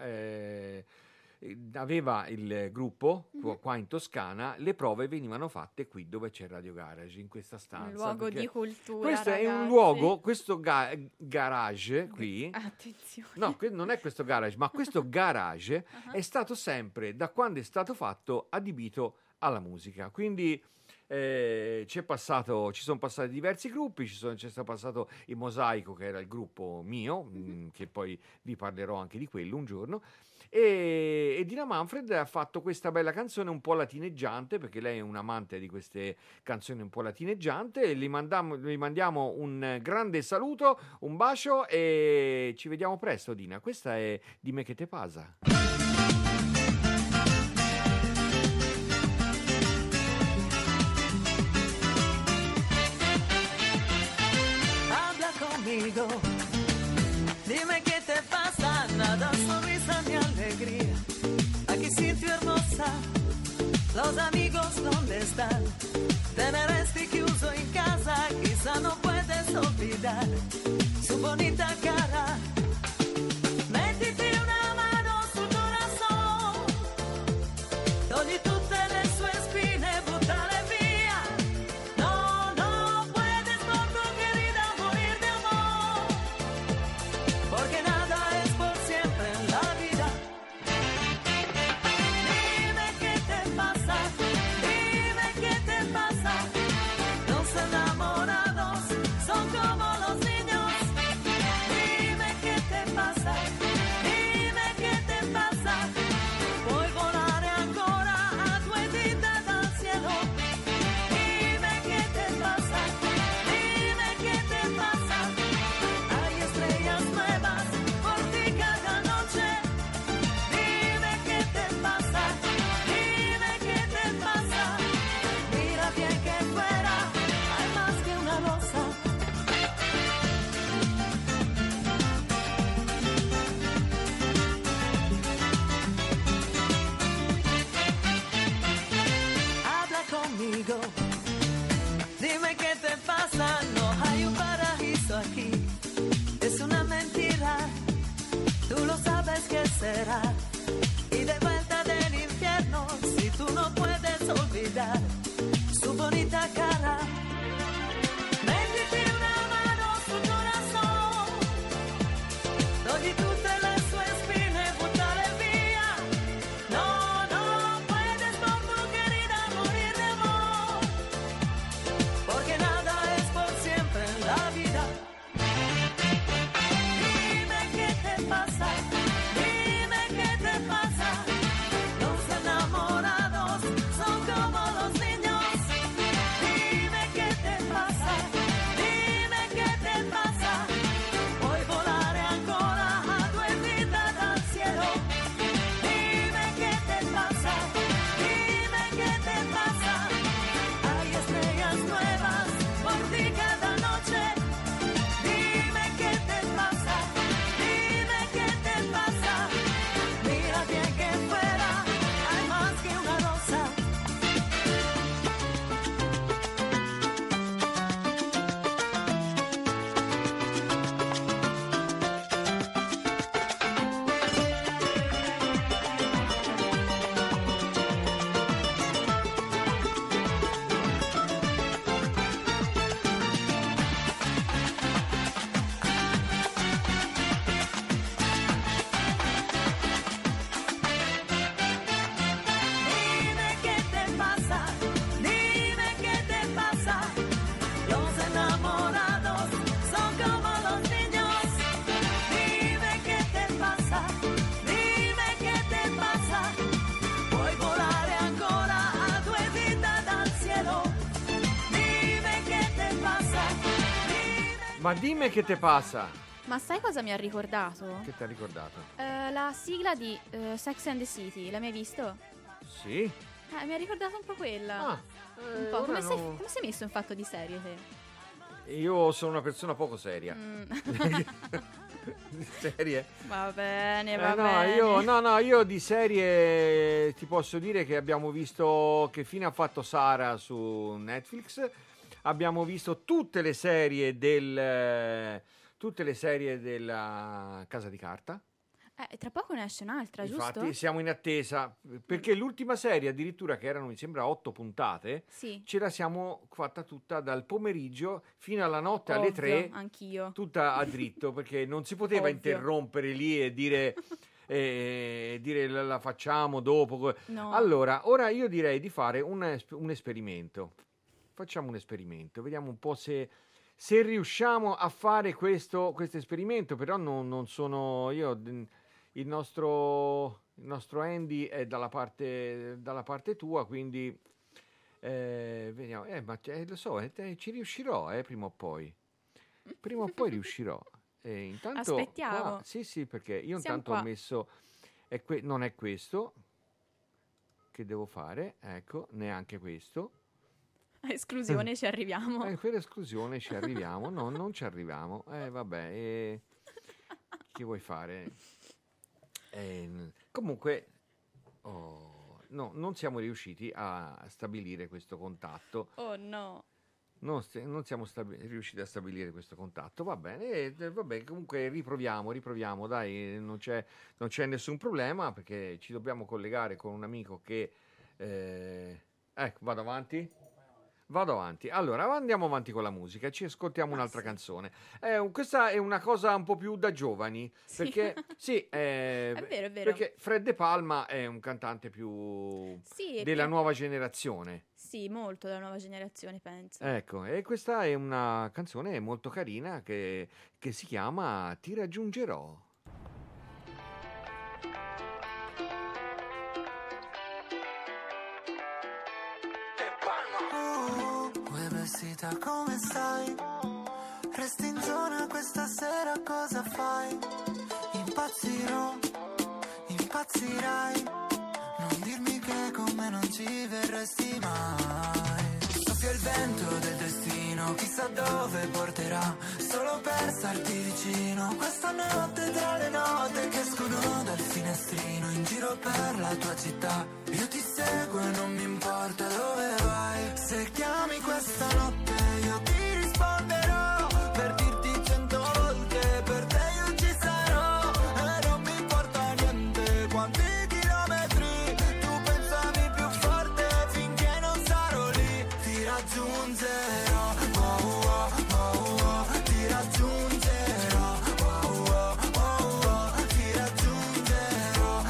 aveva il gruppo qua in Toscana, le prove venivano fatte qui dove c'è Radio Garage, in questa stanza. Un luogo di cultura. Questo ragazzi. è un luogo, questo garage qui. Attenzione. No, non è questo garage, ma questo garage è stato sempre, da quando è stato fatto, adibito alla musica. Quindi ci sono passati diversi gruppi, c'è stato passato il Mosaico, che era il gruppo mio, che poi vi parlerò anche di quello un giorno. E Dina Manfred ha fatto questa bella canzone un po' latineggiante, perché lei è un amante di queste canzoni un po' latineggiante. Gli mandiamo un grande saluto, un bacio e ci vediamo presto, Dina. Questa è Dime che te pasa. Habla conmigo, dime qué te pasa, nada sonrisa ni alegría. Aquí sitio hermosa, los amigos dónde están. Tener este chiuso en casa, quizá no puedes olvidar su bonita cara. Métete una mano sul corazón, togli tutte le sue spine, buttale via. No, no puedes por tu querida morir de amor, porque nada es por siempre en la vida. Dime qué te pasa, dime qué te pasa. Los enamorados son como los niños. Dime qué te pasa, dime qué te pasa. Puoi volare ancora a due dita dal cielo. Dime qué te pasa, dime qué te pasa. Hay estrellas nuevas por ti cada noche. Dime qué te pasa, dime qué te pasa. Mira bien que fuera hay más que una rosa. Habla conmigo, dime qué te pasa. No hay un paraíso aquí, es una mentira. Tú lo sabes que será. Y de vuelta del infierno, si tú no puedes olvidar su bonita cara. Mettiti una mano sul corazón, togli tutte le sue spine, buttale via. No, no puedes por tu querida morir de amor, porque nada es por siempre en la vida. Dime qué te pasa, dime qué te pasa. Los enamorados son como los niños. Dime qué te pasa, dime qué te pasa. Puoi volare ancora a due dita dal cielo. Dime qué te pasa, dime qué te pasa. Hay estrellas nuevas por ti cada noche. Dime qué te pasa, dime qué te pasa. Mira bien que fuera hay más que una rosa. Dime qué te pasa, dime qué te pasa. Los enamorados son como los niños. Dime qué te pasa, dime qué te pasa. Puoi volare ancora a due dita dal cielo. Dime qué te pasa, dime. Ma dimmi che te passa. Ma sai cosa mi ha ricordato? Che ti ha ricordato? La sigla di Sex and the City, l'hai mai visto? Sì? Mi ha ricordato un po' quella. Ah, un po'. ora Come no. sei messo in fatto di serie te? Io sono una persona poco seria. Serie? Va bene, Io di serie ti posso dire che abbiamo visto che fine ha fatto Sara su Netflix. Abbiamo visto tutte le serie della Casa di Carta. Tra poco ne esce un'altra, Infatti, giusto? siamo in attesa, perché l'ultima serie, addirittura che erano, mi sembra, 8 puntate, Sì. ce la siamo fatta tutta dal pomeriggio fino alla notte alle Ovvio, 3, anch'io. tutta a dritto, perché non si poteva Ovvio. interrompere lì e dire la facciamo dopo. No. Allora, ora io direi di fare un esperimento. Facciamo un esperimento, vediamo un po' se riusciamo a fare questo esperimento, però non sono io. Il nostro Andy è dalla parte tua, quindi vediamo. Ma lo so, ci riuscirò, prima o poi. Prima o poi riuscirò. Intanto, aspettiamo. Sì, perché io Siamo intanto qua. ho messo. Non è questo che devo fare, ecco, neanche questo. A esclusione ci arriviamo. Per esclusione ci arriviamo. No, non ci arriviamo. Vabbè, che vuoi fare? Comunque, no, non siamo riusciti a stabilire questo contatto. Oh no. Non siamo riusciti a stabilire questo contatto. Va bene, comunque riproviamo, dai, non c'è nessun problema, perché ci dobbiamo collegare con un amico che... ecco, vado avanti. Allora, andiamo avanti con la musica, ci ascoltiamo un'altra canzone. Questa è una cosa un po' più da giovani, Sì. perché È vero. perché Fred De Palma è un cantante più Sì, della nuova generazione. Sì, molto della nuova generazione, penso. Ecco, e questa è una canzone molto carina che si chiama Ti raggiungerò. Vestita come stai? Resti in zona questa sera, cosa fai? Impazzirò, impazzirai. Non dirmi che con me non ci verresti mai. Soffia il vento del destino, chissà dove porterà. Solo per starti vicino, questa notte tra le note che escono dal finestrino. In giro per la tua città, io ti seguo e non mi importa dove vai. Se chiami questa notte io ti risponderò, per dirti 100 volte per te io ci sarò. E non mi importa niente quanti chilometri tu pensavi più forte, finché non sarò lì. Ti raggiungerò, ti raggiungerò, ti raggiungerò,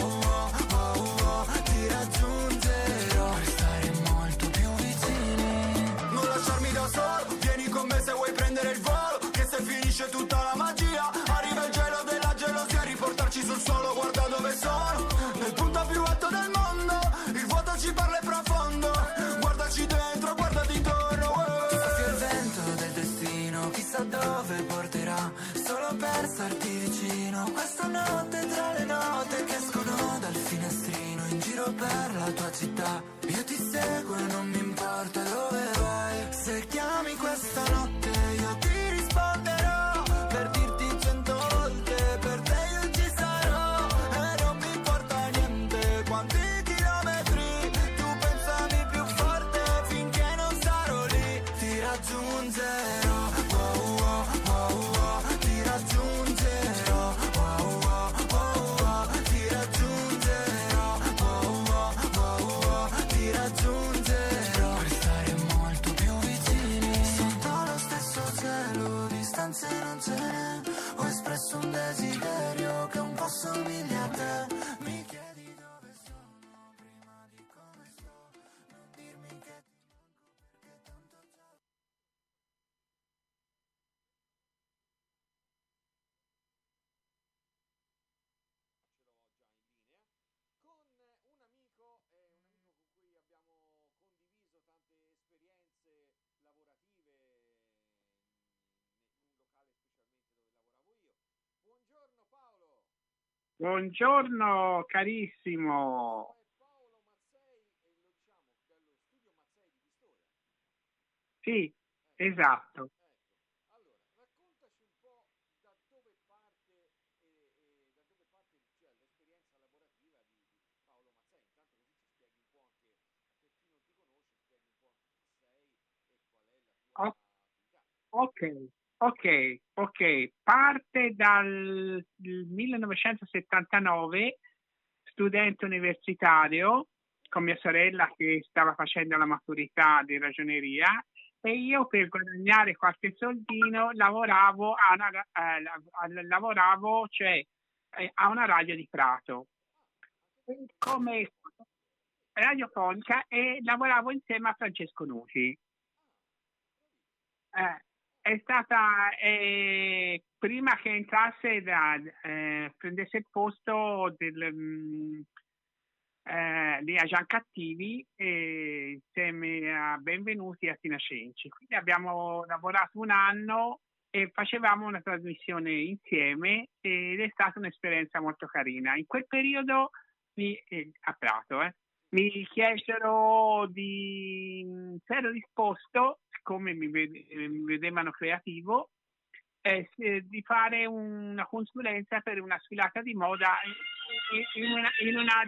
ti raggiungerò. Per stare molto più vicini. Non lasciarmi da solo, vieni con me se vuoi prendere il volo, che se finisce tutta la magia arriva il gelo della gelosia, riportarci sul suolo, guarda dove sono, nel punto più alto del mondo, il vuoto ci parla e profondo, guardaci dentro, guardati intorno. Soffia il vento del destino, chissà dove porterà, solo per starti vicino, questa notte tra le note che escono dal finestrino. In giro per la tua città, io ti seguo e non mi importa dove vai. Se chiami questa notte io ti risponderò, per dirti 100 volte per te io ci sarò. E non mi importa niente quanti chilometri tu pensavi più forte, finché non sarò lì. Ti raggiungerò, ti raggiungerò, ti raggiungerò, ti raggiungerò. Per stare molto più vicini, sotto lo stesso cielo, distanze non ce n'è. Ho espresso un desiderio che un po' somiglia a te. Mi chiedi dove sono, prima di come sto. Non dirmi che ti manco, perché tanto già. Con un amico con cui abbiamo condiviso tante esperienze lavorative in un locale specialmente dove lavoravo io. Buongiorno Paolo. Buongiorno carissimo. È Paolo Mazzei e lo diciamo dallo studio Mazzei di Pistoia. Sì, esatto. Ok. Parte dal 1979, studente universitario, con mia sorella che stava facendo la maturità di ragioneria, e io per guadagnare qualche soldino lavoravo a una radio di Prato come radiofonica, e lavoravo insieme a Francesco Nuti. È stata prima che entrasse prendesse il posto di a Gian Cattivi, insieme a Benvenuti e a Tina Cenci. Quindi abbiamo lavorato un anno e facevamo una trasmissione insieme, ed è stata un'esperienza molto carina. In quel periodo a Prato mi chiesero se ero disposto, siccome mi vedevano creativo, di fare una consulenza per una sfilata di moda in una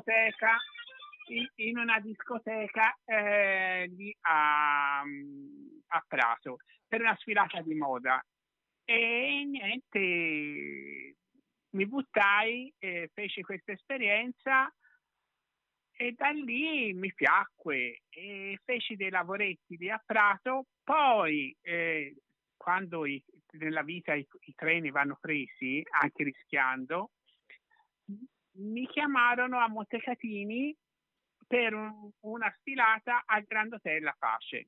discoteca lì a Prato, per una sfilata di moda. E niente, mi buttai, feci questa esperienza e da lì mi piacque e feci dei lavoretti lì a Prato. Poi quando nella vita i treni vanno presi, anche rischiando, mi chiamarono a Montecatini per una sfilata al Grand Hotel La Pace.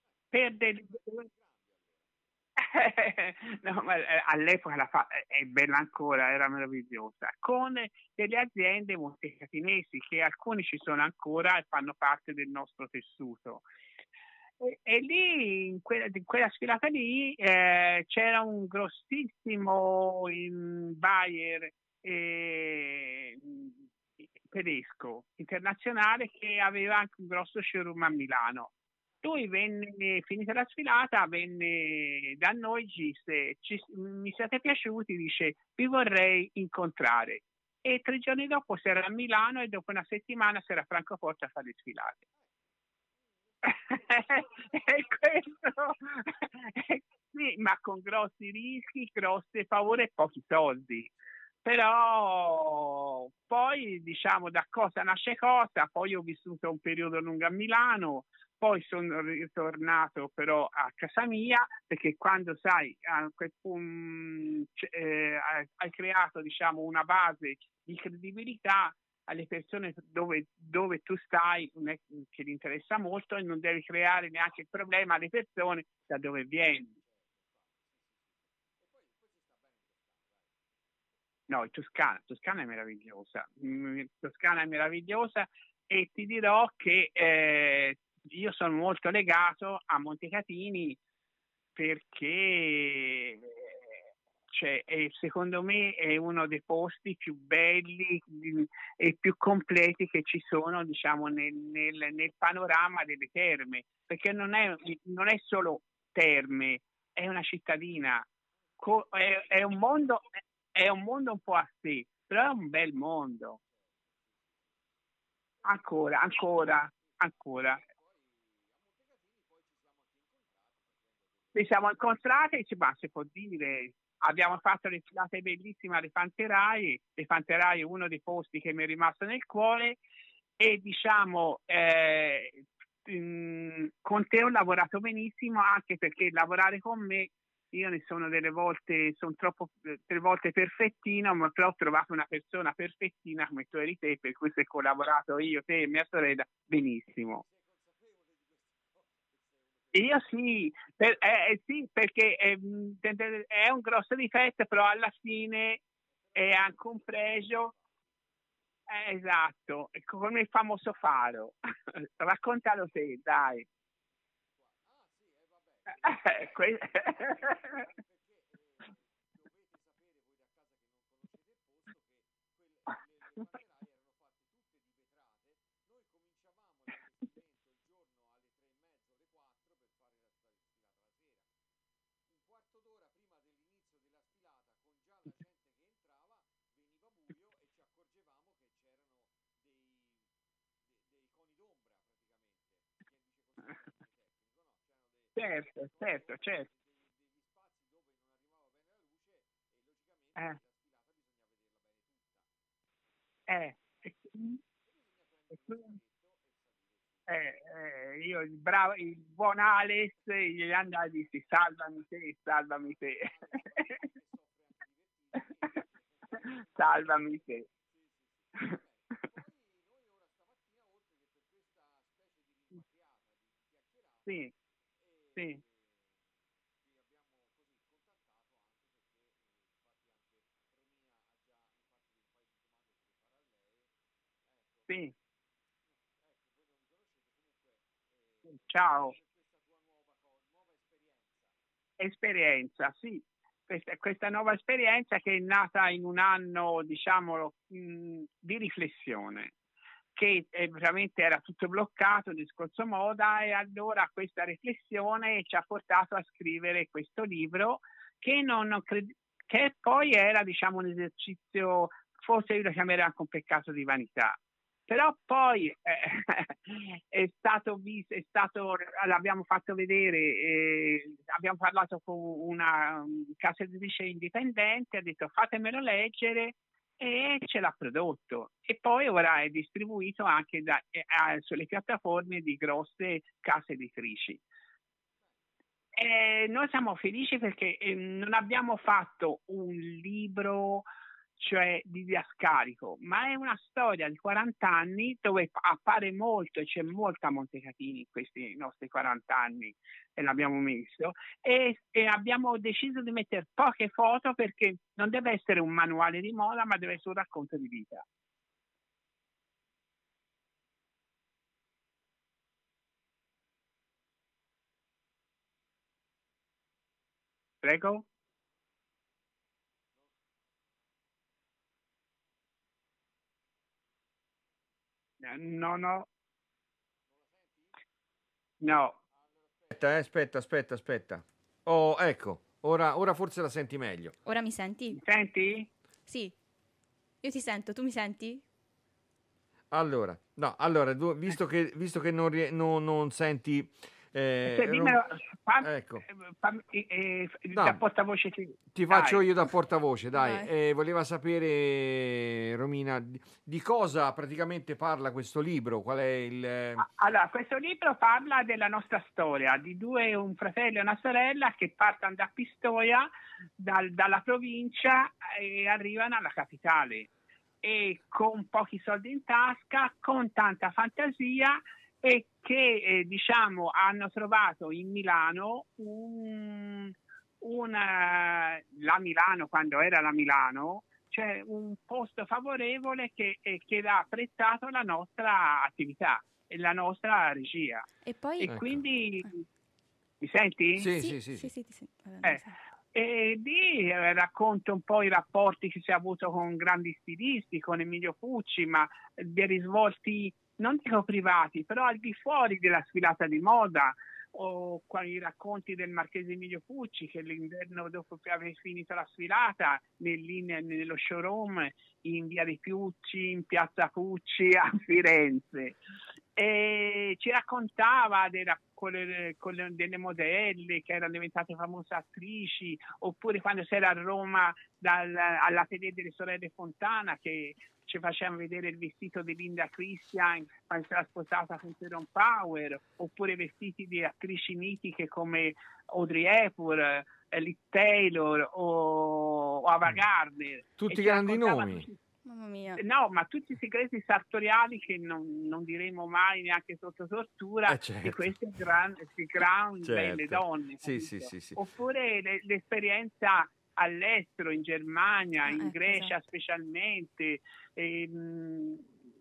No, ma all'epoca è bella ancora, era meravigliosa, con delle aziende montecatinesi che alcuni ci sono ancora e fanno parte del nostro tessuto. E lì in quella sfilata lì c'era un grossissimo buyer tedesco internazionale che aveva anche un grosso showroom a Milano. Lui venne, finita la sfilata, venne da noi, disse: mi siete piaciuti, dice, vi vorrei incontrare. E 3 giorni dopo si era a Milano e dopo una settimana si era a Francoforte a fare le sfilate. E questo sì, ma con grossi rischi, grosse paure e pochi soldi. Però poi, diciamo, da cosa nasce cosa. Poi ho vissuto un periodo lungo a Milano, poi sono ritornato però a casa mia, perché quando sai hai creato, diciamo, una base di credibilità alle persone dove tu stai, non è che gli interessa molto, e non devi creare neanche il problema alle persone da dove vieni. No, Toscana è meravigliosa. Toscana è meravigliosa, e ti dirò che io sono molto legato a Montecatini perché secondo me è uno dei posti più belli e più completi che ci sono, diciamo, nel panorama delle terme, perché non è solo terme, è una cittadina, è un mondo un po' a sé, però è un bel mondo. Ancora. Ci siamo incontrati, ma si può dire, abbiamo fatto le sfilate bellissime alle Panterai. Le Panterai è uno dei posti che mi è rimasto nel cuore, e diciamo con te ho lavorato benissimo, anche perché lavorare con me, io ne sono delle volte, sono troppo 3 volte perfettino, ma però ho trovato una persona perfettina come tu eri te, per cui se ho collaborato io, te e mia sorella, benissimo. Io sì, sì, perché è un grosso difetto, però alla fine è anche un pregio. Esatto, come il famoso faro. Raccontalo te, dai. Certo. Eh, eh, e- io il buon Alex gli andava a dire salvami te. Salvami te. Sì, sì, sì. Ciao. Esperienza, sì. Questa nuova esperienza che è nata in un anno, diciamo, di riflessione, che veramente era tutto bloccato il discorso moda, e allora questa riflessione ci ha portato a scrivere questo libro che, che poi era, diciamo, un esercizio, forse io lo chiamerei anche un peccato di vanità. Però poi l'abbiamo fatto vedere, abbiamo parlato con una casa editrice indipendente, ha detto fatemelo leggere, e ce l'ha prodotto, e poi ora è distribuito anche sulle piattaforme di grosse case editrici. Noi siamo felici perché non abbiamo fatto un libro, cioè di Diascarico, ma è una storia di 40 anni dove appare molto e c'è molta Montecatini in questi nostri 40 anni, e l'abbiamo messo, e abbiamo deciso di mettere poche foto perché non deve essere un manuale di moda, ma deve essere un racconto di vita. Prego? No, no, no. Aspetta. Oh, ecco, ora forse la senti meglio. Ora mi senti? Mi senti? Sì, io ti sento, tu mi senti? Allora, no, visto che non senti... Dimmelo, ecco. da No, portavoce. ti faccio io da portavoce, dai. Vai. Voleva sapere, Romina, di cosa praticamente parla questo libro? Qual è il... Allora, questo libro parla della nostra storia, di un fratello e una sorella che partono da Pistoia, dalla provincia, e arrivano alla capitale, e con pochi soldi in tasca, con tanta fantasia, e che diciamo hanno trovato in Milano la Milano, quando era la Milano, cioè un posto favorevole che ha apprezzato la nostra attività e la nostra regia. E poi... E Ecco. quindi mi senti? Sì. Sì, ti sento. E lì racconto un po' i rapporti che si è avuto con grandi stilisti, con Emilio Pucci, ma dei risvolti, non dico privati, però al di fuori della sfilata di moda, o i racconti del marchese Emilio Pucci, che l'inverno dopo aver finito la sfilata nello showroom in via dei Pucci, in piazza Pucci a Firenze, e ci raccontava delle modelle che erano diventate famose attrici, oppure quando si era a Roma all'atelier delle sorelle Fontana, che ci facevano vedere il vestito di Linda Christian quando si era sposata con Tyrone Power, oppure vestiti di attrici mitiche come Audrey Hepburn, Liz Taylor o Ava Gardner. Tutti grandi nomi. Mamma mia. No, ma tutti i segreti sartoriali che non diremo mai neanche sotto tortura, Certo. di queste belle donne. Sì. Oppure l'esperienza all'estero, in Germania, in Grecia esatto. specialmente, in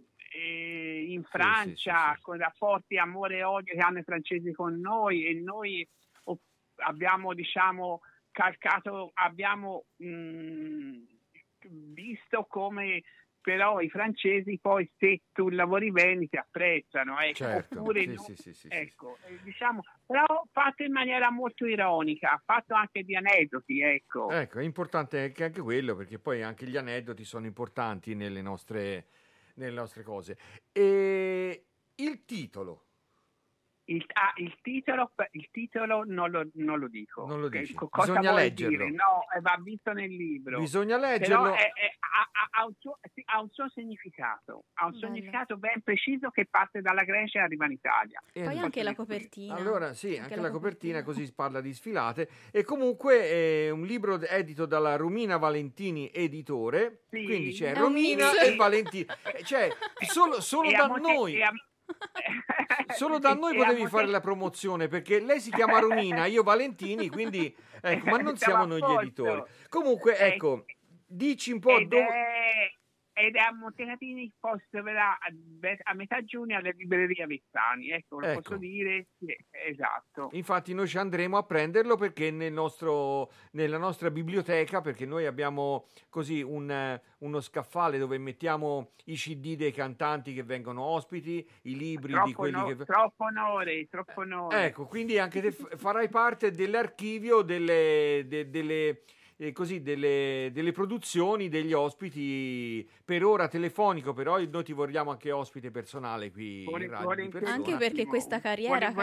Francia, con rapporti amore e odio che hanno i francesi con noi, e noi abbiamo, diciamo, abbiamo visto come però i francesi poi, se tu lavori bene, ti apprezzano, ecco. Certo. Oppure ecco, diciamo, però fatto in maniera molto ironica, fatto anche di aneddoti, ecco. Ecco, è importante anche quello, perché poi anche gli aneddoti sono importanti nelle nostre cose. E il titolo? Il titolo non lo dico. Non lo dici. Cosa bisogna vuol leggerlo. Dire? No, va visto nel libro. Bisogna leggerlo. Però ha un suo significato. Ha un significato ben preciso che parte dalla Grecia e arriva in Italia. Poi anche la copertina. Allora sì, anche la copertina, così si parla di sfilate. E comunque è un libro edito dalla Romina Valentini Editore. Sì. Quindi c'è Romina e Valentini. Cioè, solo da noi. Solo da noi potevi fare la promozione, perché lei si chiama Romina, io Valentini, quindi ecco, ma non siamo noi gli editori. Comunque, ecco, dici un po' ed è a Montecatini, forse verrà a metà giugno alle librerie Vistani, ecco, lo posso dire, sì, esatto. Infatti noi ci andremo a prenderlo perché nella nostra biblioteca, perché noi abbiamo così uno scaffale dove mettiamo i CD dei cantanti che vengono ospiti, i libri di quelli che... Troppo onore. Ecco, quindi anche te farai parte dell'archivio delle produzioni degli ospiti, per ora telefonico, però noi ti vogliamo anche ospite personale qui in radio. Anche perché questa carriera,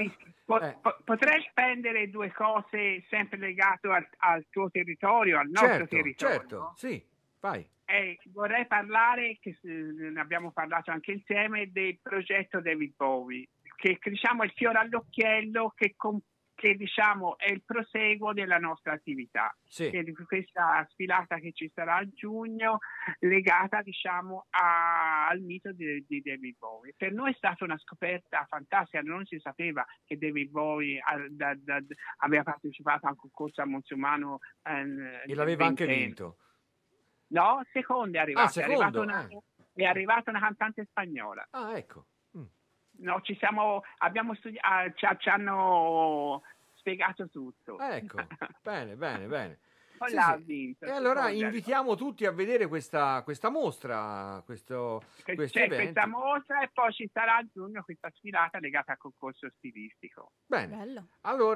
potrei spendere due cose sempre legate al tuo territorio, al nostro territorio. Certo, sì, vai. Vorrei parlare, che ne abbiamo parlato anche insieme, del progetto David Bowie, che diciamo è il fiore all'occhiello che diciamo è il proseguo della nostra attività, sì. Che di questa sfilata che ci sarà a giugno, legata diciamo al mito di David Bowie. Per noi è stata una scoperta fantastica, non si sapeva che David Bowie aveva partecipato a un concorso a Monzumano e l'aveva anche vinto. No, secondo è arrivato. È arrivata una cantante spagnola. Ah, ecco. No, abbiamo studiato, ci hanno spiegato tutto. Ecco, bene. Sì. E allora invitiamo tutti a vedere questa mostra, questo evento. Questa mostra e poi ci sarà a giugno questa sfilata legata al concorso stilistico. Bene. Bello.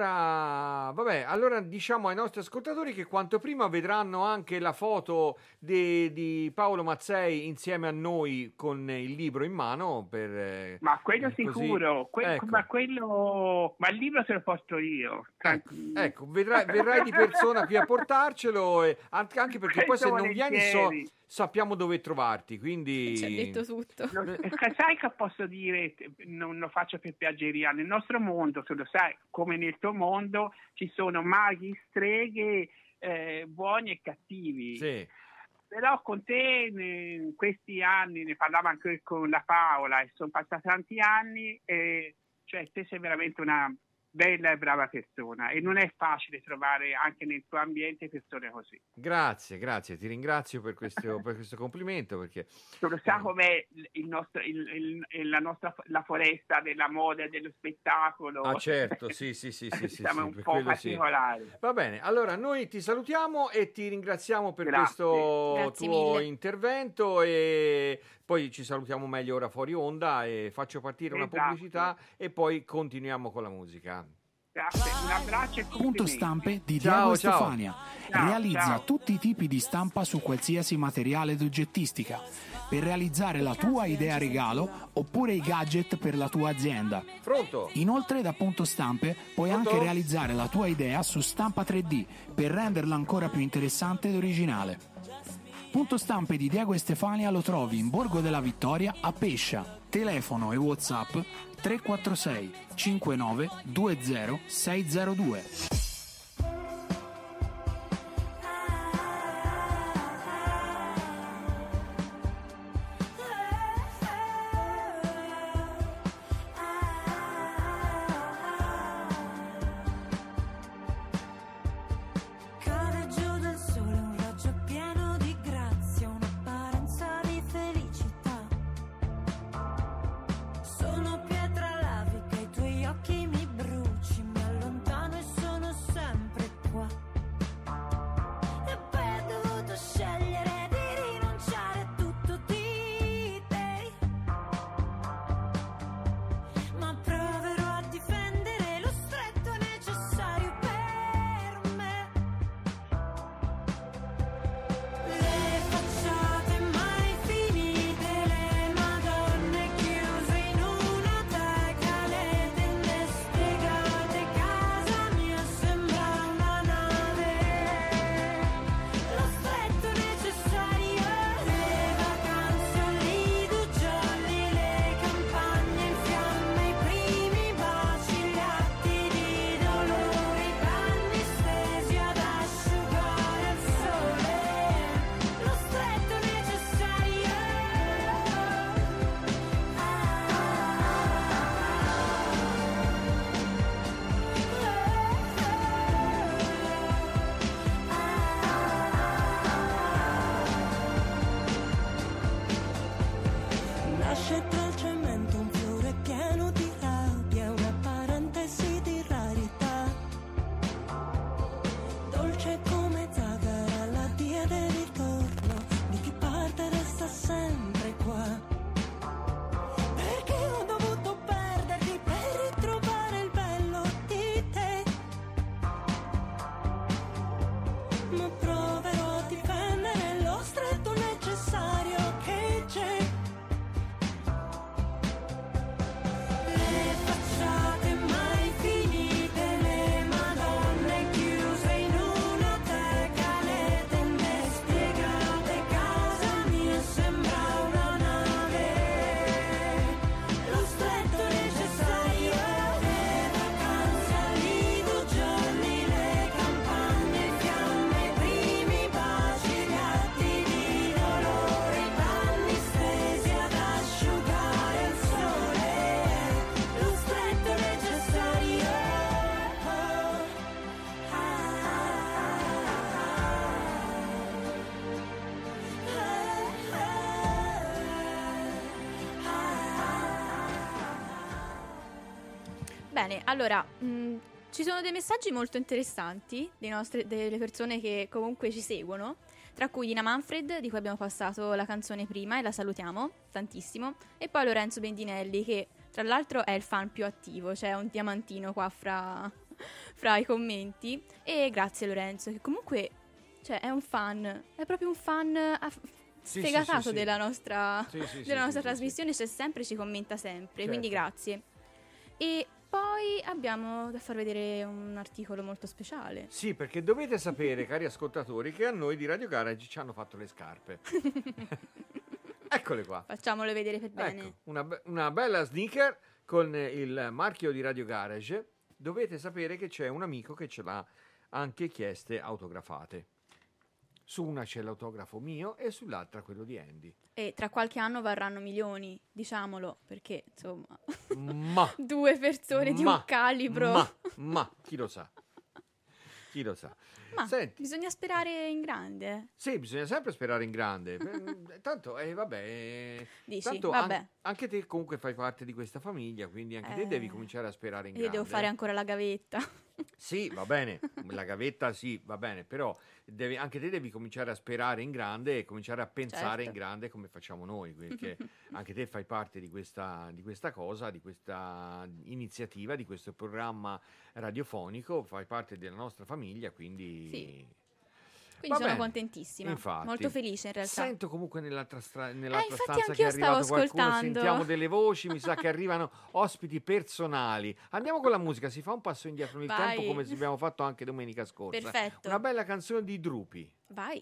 Allora diciamo ai nostri ascoltatori che quanto prima vedranno anche la foto di Paolo Mazzei insieme a noi con il libro in mano. Ma quello sicuro, ecco. ma il libro se lo porto io. Ecco, verrai di persona qui a portarcelo, anche perché poi se non vieni sappiamo dove trovarti, quindi... Ci ha detto tutto. Sai che posso dire, non lo faccio per piaggeria, nel nostro mondo, tu lo sai, come nel tuo mondo, ci sono maghi, streghe, buoni e cattivi. Sì. Però con te in questi anni, ne parlavo anche con la Paola, e sono passati tanti anni, cioè te sei veramente una bella e brava persona e non è facile trovare anche nel tuo ambiente persone così. Grazie, ti ringrazio per questo complimento, perché tu lo sai com'è la foresta della moda e dello spettacolo. Ah certo, sì, siamo un po' particolari. Sì. Va bene, allora noi ti salutiamo e ti ringraziamo per Grazie. questo tuo intervento, e poi ci salutiamo meglio ora fuori onda e faccio partire una pubblicità e poi continuiamo con la musica. Grazie, un abbraccio e Punto Stampe di Diego Stefania. Realizza tutti i tipi di stampa su qualsiasi materiale d'oggettistica per realizzare la tua idea regalo oppure i gadget per la tua azienda. Pronto? Inoltre da Punto Stampe puoi anche realizzare la tua idea su stampa 3D per renderla ancora più interessante ed originale. Punto Stampe di Diego e Stefania lo trovi in Borgo della Vittoria a Pescia. Telefono e WhatsApp 346 59 20 602. Sono pietra lavica, i tuoi occhi mi bruci, mi allontano e sono Bene, allora, ci sono dei messaggi molto interessanti delle persone che comunque ci seguono, tra cui Ina Manfred, di cui abbiamo passato la canzone prima e la salutiamo tantissimo, e poi Lorenzo Bendinelli, che tra l'altro è il fan più attivo, c'è un diamantino qua fra i commenti. E grazie Lorenzo, che comunque è un fan, è proprio un fan sfegatato della nostra trasmissione, c'è sempre, ci commenta sempre, certo. Quindi grazie. E poi abbiamo da far vedere un articolo molto speciale. Sì, perché dovete sapere, cari ascoltatori, che a noi di Radio Garage ci hanno fatto le scarpe. Eccole qua. Facciamole vedere per bene. Ecco, una bella sneaker con il marchio di Radio Garage. Dovete sapere che c'è un amico che ce l'ha anche chieste autografate. Su una c'è l'autografo mio e sull'altra quello di Andy. E tra qualche anno varranno milioni, diciamolo, perché insomma due persone di un calibro. Ma chi lo sa? Chi lo sa? Ma senti, bisogna sperare in grande. Sì, bisogna sempre sperare in grande. Tanto, vabbè. Dici, tanto vabbè. Anche te comunque fai parte di questa famiglia, quindi anche te devi cominciare a sperare in grande. Io devo fare ancora la gavetta. Sì, va bene, la gavetta sì, va bene, però anche te devi cominciare a sperare in grande e cominciare a pensare in grande come facciamo noi, perché anche te fai parte di questa cosa, di questa iniziativa, di questo programma radiofonico, fai parte della nostra famiglia, quindi... Sì. Quindi sono contentissima, infatti, molto felice in realtà. Sento comunque nell'altra stanza che è arrivato qualcuno, sentiamo delle voci, mi sa che arrivano ospiti personali. Andiamo con la musica, si fa un passo indietro nel tempo come abbiamo fatto anche domenica scorsa. Perfetto. Una bella canzone di Drupi. Vai.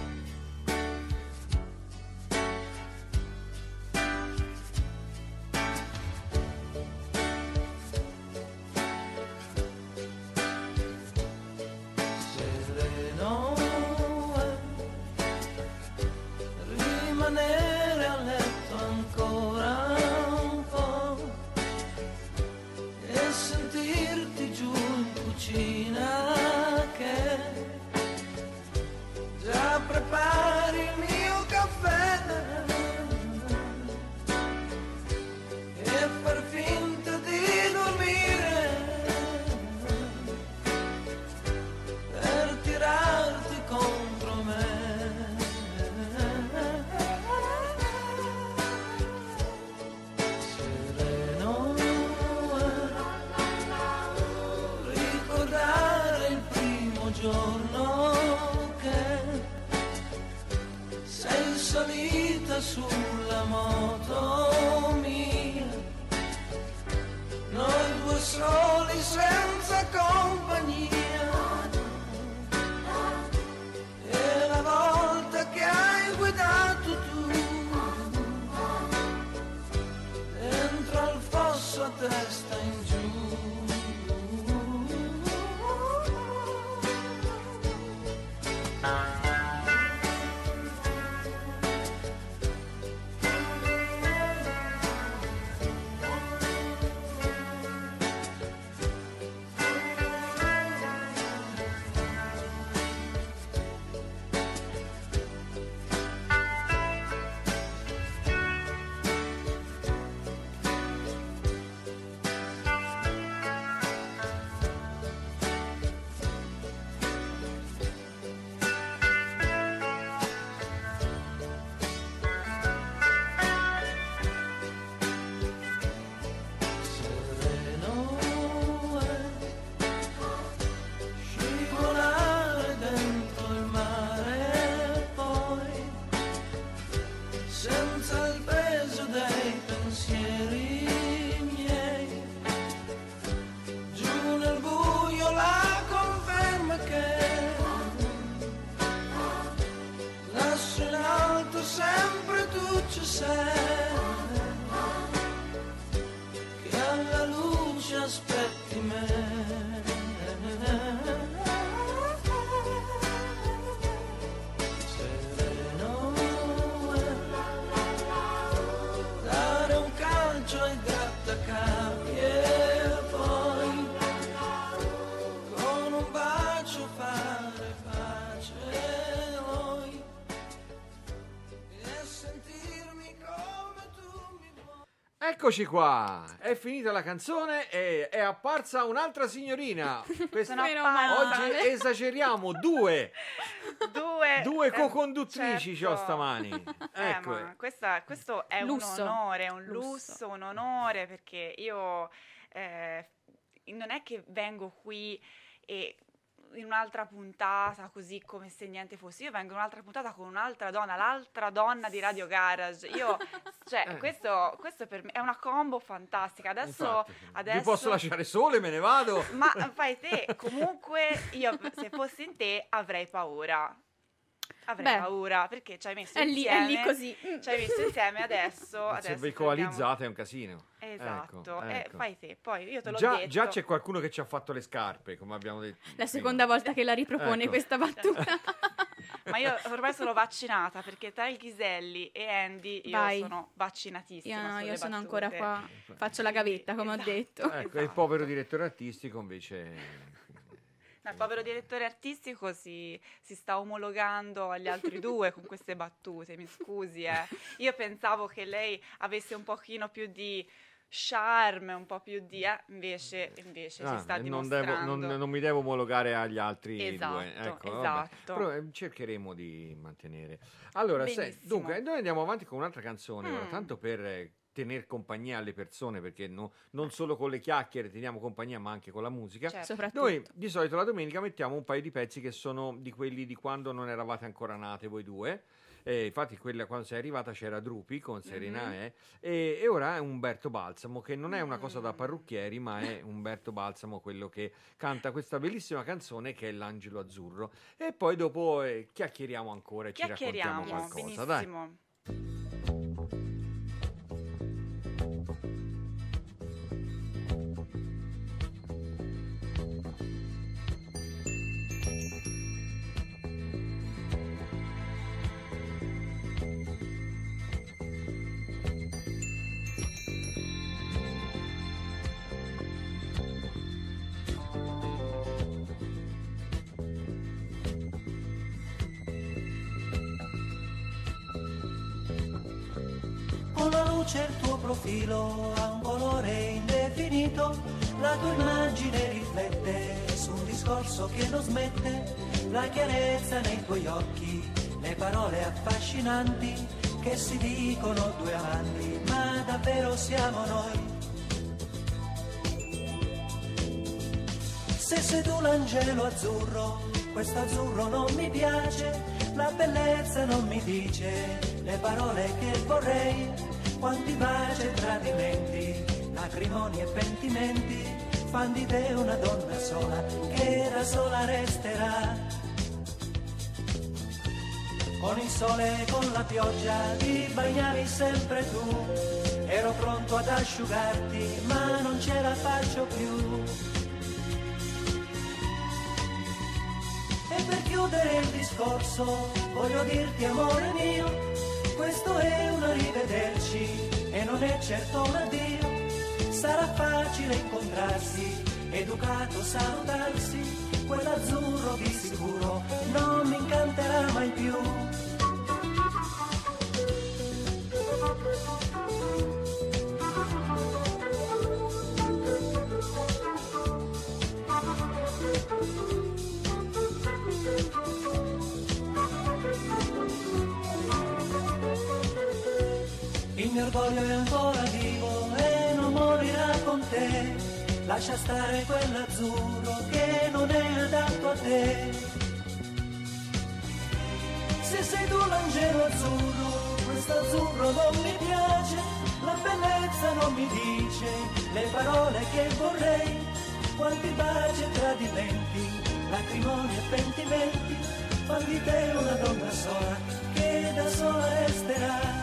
Rimanere a letto ancora un po' e sentirti giù in cucina che già prepari il mio caffè e far finta di dormire per tirarti contro me. Giorno che sei salita sulla moto mia, noi due soli senza compagnia, e la volta che hai guidato tu dentro al fosso a testa in giù. Eccoci qua, è finita la canzone e è apparsa un'altra signorina. Oggi esageriamo, due co-conduttrici c'ho stamani. Ecco. Ma questo è lusso. un onore, un lusso, un onore, perché io non è che vengo qui e in un'altra puntata così come se niente fosse, io vengo in un'altra puntata con un'altra donna, l'altra donna di Radio Garage. Io, cioè, questo per me è una combo fantastica. Adesso vi posso lasciare sole, me ne vado. Ma fai te, comunque io se fossi in te avrei paura. Paura perché ci hai messo insieme. È lì così. Ci hai messo insieme adesso. Se vi coalizzate è un casino. Esatto, ecco. Fai te. Poi io te l'ho detto. Già c'è qualcuno che ci ha fatto le scarpe, come abbiamo detto. La seconda volta che la ripropone questa battuta. Ma io ormai sono vaccinata, perché tra il Ghiselli e Andy io sono vaccinatissima. Io sono ancora qua, faccio la gavetta, come ho detto. Ecco, il povero direttore artistico invece... No, il povero direttore artistico si sta omologando agli altri due con queste battute, mi scusi. Io pensavo che lei avesse un pochino più di charme, un po' più di... invece si sta dimostrando. Non mi devo omologare agli altri due. Ecco, esatto. Però cercheremo di mantenere. Allora, dunque, noi andiamo avanti con un'altra canzone, ora, tanto per... tener compagnia alle persone, perché non solo con le chiacchiere teniamo compagnia, ma anche con la musica. Soprattutto. Noi di solito la domenica mettiamo un paio di pezzi che sono di quelli di quando non eravate ancora nate voi due. Infatti quella, quando sei arrivata c'era Drupi con Serena e ora è Umberto Balsamo, che non è una cosa da parrucchieri, ma è Umberto Balsamo quello che canta questa bellissima canzone che è L'Angelo Azzurro. E poi dopo chiacchieriamo ancora e ci raccontiamo qualcosa. Benissimo. Dai. Il tuo profilo ha un colore indefinito, la tua immagine riflette su un discorso che non smette, la chiarezza nei tuoi occhi, le parole affascinanti che si dicono due amanti, ma davvero siamo noi. Se sei tu l'angelo azzurro, questo azzurro non mi piace, la bellezza non mi dice le parole che vorrei. Quanti baci e tradimenti, lacrimoni e pentimenti, fan di te una donna sola, che da sola resterà. Con il sole e con la pioggia ti bagnavi sempre tu, ero pronto ad asciugarti, ma non ce la faccio più. E per chiudere il discorso, voglio dirti amore mio, questo è un arrivederci e non è certo un addio. Sarà facile incontrarsi, educato salutarsi, quell'azzurro di sicuro non mi incanterà mai più. Il mio orgoglio è ancora vivo e non morirà con te. Lascia stare quell'azzurro che non è adatto a te. Se sei tu l'angelo azzurro, questo azzurro non mi piace, la bellezza non mi dice le parole che vorrei. Quanti baci e tradimenti, lacrimoni e pentimenti, fan di te una donna sola che da sola resterà.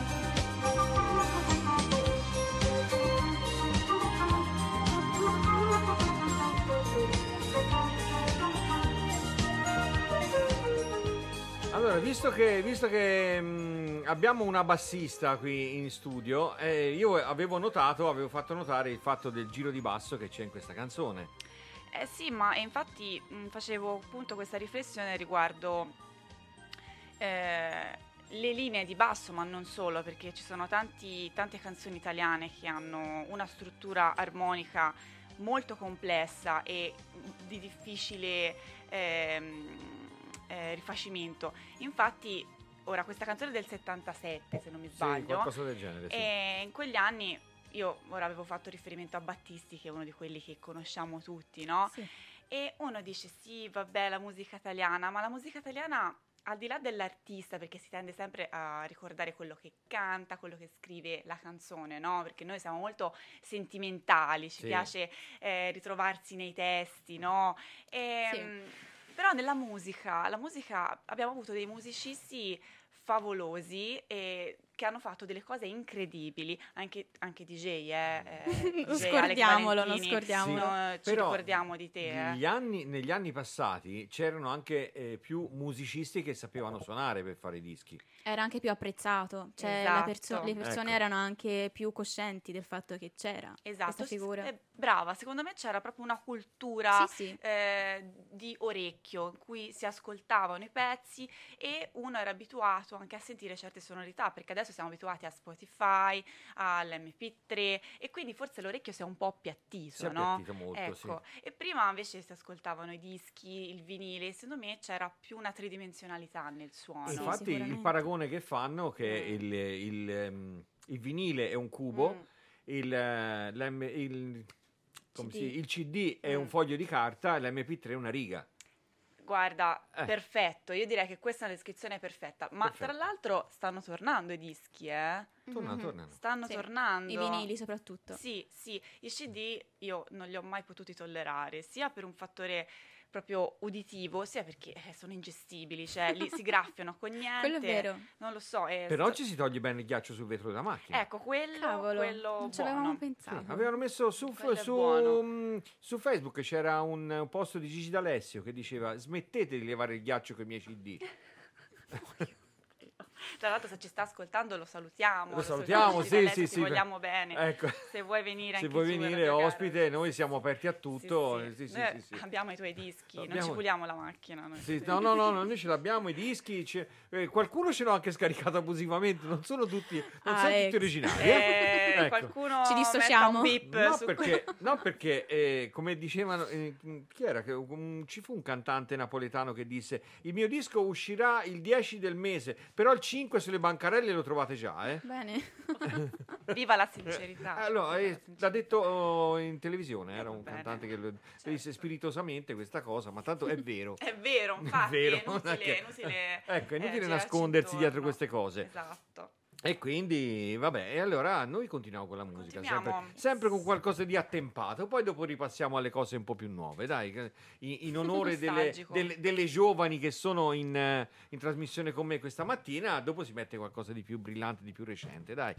Allora, visto che abbiamo una bassista qui in studio, io avevo fatto notare il fatto del giro di basso che c'è in questa canzone. Sì, ma infatti facevo appunto questa riflessione riguardo le linee di basso, ma non solo, perché ci sono tante canzoni italiane che hanno una struttura armonica molto complessa e di difficile rifacimento. Infatti, ora questa canzone è del 77, se non mi sbaglio, qualcosa del genere, e in quegli anni io ora avevo fatto riferimento a Battisti, che è uno di quelli che conosciamo tutti, no? Sì. E uno dice sì, vabbè, la musica italiana, ma la musica italiana, al di là dell'artista, perché si tende sempre a ricordare quello che canta, quello che scrive la canzone, no? Perché noi siamo molto sentimentali, ci piace ritrovarsi nei testi, no? Però nella musica, la musica, abbiamo avuto dei musicisti favolosi e che hanno fatto delle cose incredibili, anche DJ, non scordiamolo. Ci ricordiamo di te. Negli anni passati c'erano anche più musicisti che sapevano suonare per fare i dischi. Era anche più apprezzato, cioè le persone erano anche più coscienti del fatto che c'era questa figura. Brava, secondo me c'era proprio una cultura di orecchio in cui si ascoltavano i pezzi e uno era abituato anche a sentire certe sonorità, perché adesso siamo abituati a Spotify, all'MP3 e quindi forse l'orecchio si è un po' appiattito, no? Molto, ecco. E prima invece si ascoltavano i dischi, il vinile, secondo me c'era più una tridimensionalità nel suono. Infatti il paragone che fanno che il vinile è un cubo, il CD è un foglio di carta e l'MP3 è una riga. Guarda, perfetto, io direi che questa è una descrizione perfetta, ma tra l'altro stanno tornando i dischi, Tornano. Stanno tornando. I vinili soprattutto. Sì, i CD io non li ho mai potuti tollerare, sia per un fattore proprio uditivo, sia perché sono ingestibili, cioè li si graffiano con niente. Quello è vero. Non lo so. Però ci si toglie bene il ghiaccio sul vetro della macchina. Ecco, quello non ci avevamo pensato. Sì, avevano messo su Facebook c'era un post di Gigi D'Alessio che diceva: smettete di levare il ghiaccio con i miei CD. Tra l'altro, se ci sta ascoltando lo salutiamo. Lo salutiamo, sì. Ti vogliamo bene. Ecco. Se vuoi venire Se vuoi venire ospite, noi siamo aperti a tutto. Sì. Abbiamo i tuoi dischi, non ci puliamo la macchina. Noi. No, noi ce l'abbiamo i dischi. Qualcuno ce l'ha anche scaricato abusivamente, non sono tutti originali. Ecco. Qualcuno ci dissociamo. No, perché come dicevano, chi era? Ci fu un cantante napoletano che disse: il mio disco uscirà il 10 del mese, però il 5 sulle bancarelle lo trovate già. Bene. Viva la sincerità. Allora, l'ha detto in televisione, era un cantante che lo disse spiritosamente questa cosa, ma tanto è vero. È vero, infatti, è inutile. Ecco, è inutile nascondersi dietro queste cose. Esatto. E quindi, vabbè, e allora noi continuiamo con la musica, sempre con qualcosa di attempato, poi dopo ripassiamo alle cose un po' più nuove, dai, in onore delle giovani che sono in trasmissione con me questa mattina, dopo si mette qualcosa di più brillante, di più recente, dai.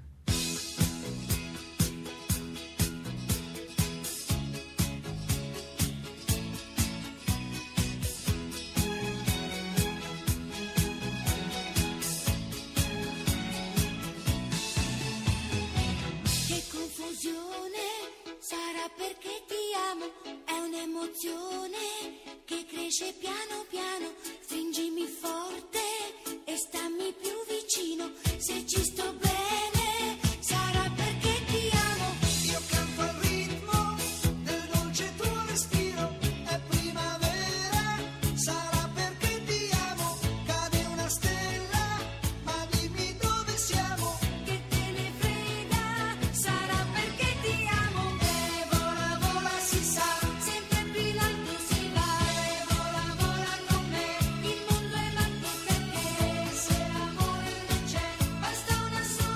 Sarà perché ti amo, è un'emozione che cresce piano piano, stringimi forte e stammi più vicino, se ci sto bene, sarà perché ti amo, io canto al ritmo del dolce tuo respiro, è primavera, sarà perché ti amo, cade una stella, ma dimmi dove siamo, che te ne frega, sarà perché ti amo. Si sa, sempre più in alto si va, e vola, vola con me, il mondo è matto perché se l'amore non c'è, basta una sola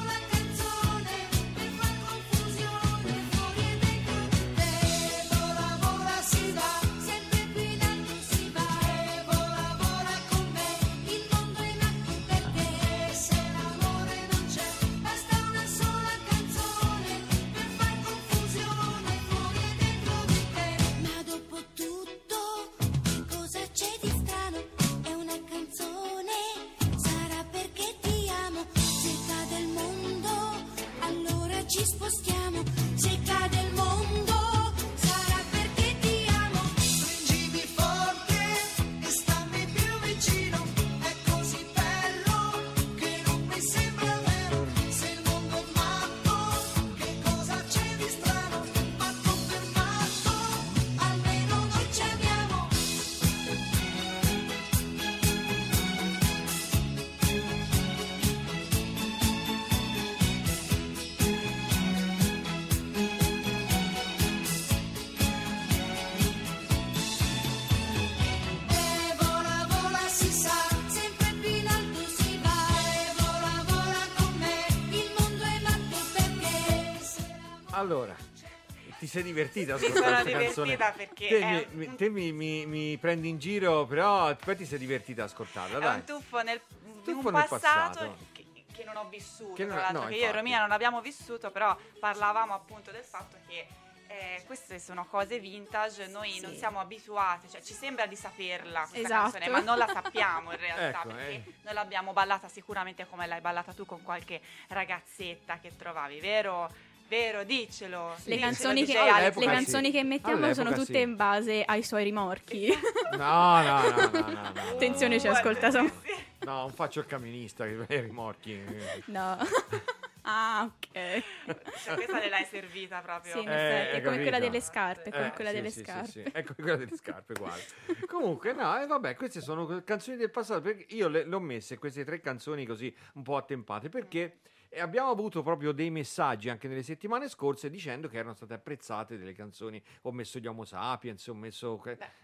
Allora, ti sei divertita a Mi ascoltare sono questa canzone? divertita perché Te mi prendi in giro, però poi ti sei divertita a ascoltarla, è dai. un tuffo nel Tuffo un nel passato che non ho vissuto, Che non- tra l'altro, no, che io e infatti. Romina non abbiamo vissuto, però parlavamo appunto del fatto che queste sono cose vintage, noi non siamo abituati, cioè ci sembra di saperla questa Esatto. canzone, ma non la sappiamo in realtà, Ecco, perché noi l'abbiamo ballata sicuramente come l'hai ballata tu con qualche ragazzetta che trovavi, vero? Vero, diccelo. Le Diccelo, canzoni, DJ che, Alex. le canzoni che mettiamo sono All'epoca tutte in base ai suoi rimorchi. No. Attenzione, ci ascolta. No, non faccio il camionista, che i rimorchi. No. Ah, ok. Cioè, questa le l'hai servita proprio. Sì, in effetti, è come quella capito? delle scarpe, come quella sì, delle sì, scarpe. sì. Ecco quella delle scarpe, uguale. Comunque, no, vabbè, queste sono canzoni del passato, perché io le ho messe queste 3 canzoni così un po' attempate, perché abbiamo avuto proprio dei messaggi anche nelle settimane scorse dicendo che erano state apprezzate delle canzoni. Ho messo gli Homo Sapiens, ho messo...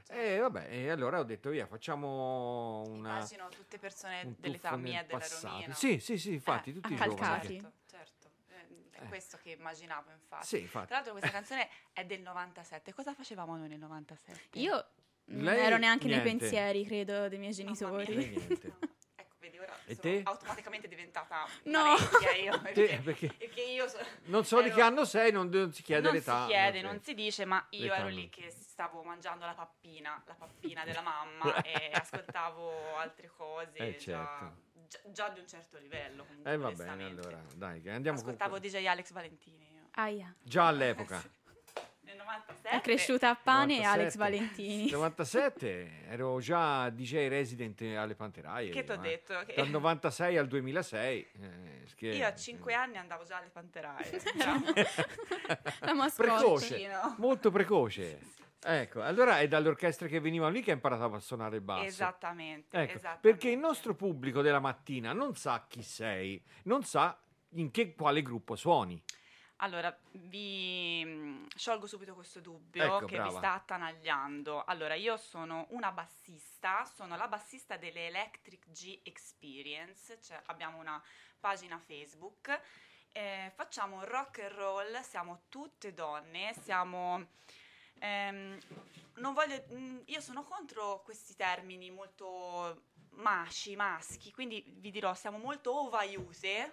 e allora ho detto, via, facciamo una... Immagino tutte persone un dell'età tuffo mia nel e della passato. Romina. Sì, infatti, tutti i giovani. accalcati. Certo. È questo che immaginavo, infatti. Sì, infatti. Tra l'altro questa canzone è del 97. Cosa facevamo noi nel 97? Io non Lei, ero neanche nei niente. pensieri, credo, dei miei genitori. Lei niente. Ecco, vedi, ora E sono te? automaticamente diventata No. vecchia io. Perché Perché io non so di che anno sei, non si chiede non l'età. si chiede, ok. non si dice, ma io L'età ero no. lì che stavo mangiando la pappina della mamma e ascoltavo altre cose certo. già di un certo livello. Comunque, Va bene, onestamente. allora, dai, che andiamo Ascoltavo con... DJ Alex Valentini io. Aia. Già all'epoca. Nel 97. È cresciuta a pane e 97. Alex Valentini. 97 ero già DJ resident alle Panteraie. Che t'ho io, detto? Che- Dal 96 al 2006. Io a 5 anni andavo già alle Panteraie. La mascotte. Precoce, molto precoce. Ecco, allora è dall'orchestra che veniva lì che ha imparato a suonare il basso. Esattamente, Ecco, esattamente. perché il nostro pubblico della mattina non sa chi sei, non sa quale gruppo suoni. Allora, vi sciolgo subito questo dubbio Ecco, che brava. vi sta attanagliando. Allora, io sono una bassista, sono la bassista delle Electric G Experience, cioè abbiamo una pagina Facebook, facciamo rock and roll, siamo tutte donne, siamo... non voglio, io sono contro questi termini molto maschi, quindi vi dirò, siamo molto ovaiute,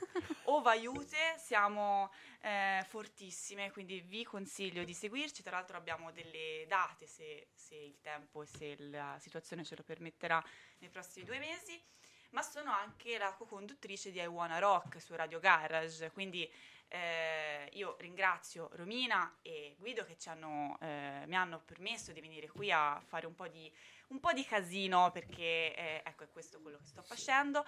siamo fortissime, quindi vi consiglio di seguirci. Tra l'altro abbiamo delle date, se il tempo e se la situazione ce lo permetterà, nei prossimi 2 mesi, ma sono anche la co-conduttrice di I Wanna Rock su Radio Garage, quindi io ringrazio Romina e Guido che mi hanno permesso di venire qui a fare un po' di casino, perché ecco, è questo quello che sto facendo.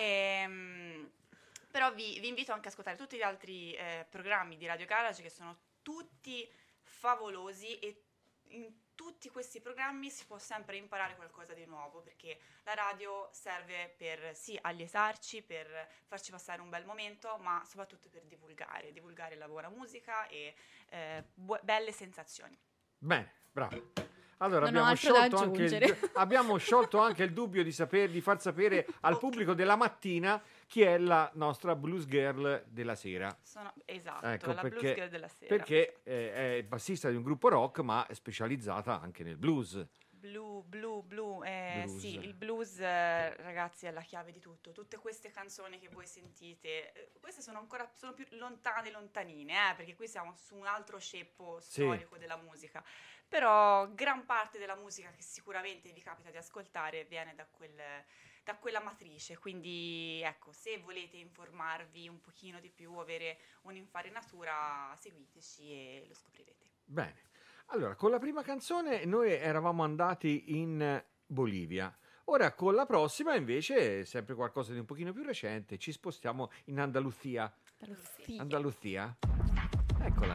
Però vi invito anche a ascoltare tutti gli altri programmi di Radio Garage, che sono tutti favolosi, e in tutti questi programmi si può sempre imparare qualcosa di nuovo, perché la radio serve per allietarci, per farci passare un bel momento, ma soprattutto per divulgare la buona musica e belle sensazioni. Bene, bravo. Allora Non ho abbiamo altro da sciolto, anche aggiungere. abbiamo sciolto anche il dubbio di far sapere al pubblico della mattina chi è la nostra blues girl della sera. Esatto, Ecco, la perché, blues girl della sera. Perché è bassista di un gruppo rock, ma è specializzata anche nel blues. Blues. Sì, il blues, ragazzi, è la chiave di tutto. Tutte queste canzoni che voi sentite, queste sono più lontanine, perché qui siamo su un altro ceppo storico della musica. Però gran parte della musica che sicuramente vi capita di ascoltare viene da quella matrice. Quindi ecco, se volete informarvi un pochino di più, avere un'infarinatura, seguiteci e lo scoprirete. Bene. Allora, con la prima canzone noi eravamo andati in Bolivia. Ora con la prossima invece, sempre qualcosa di un pochino più recente, ci spostiamo in Andalusia. Andalusia? Eccola.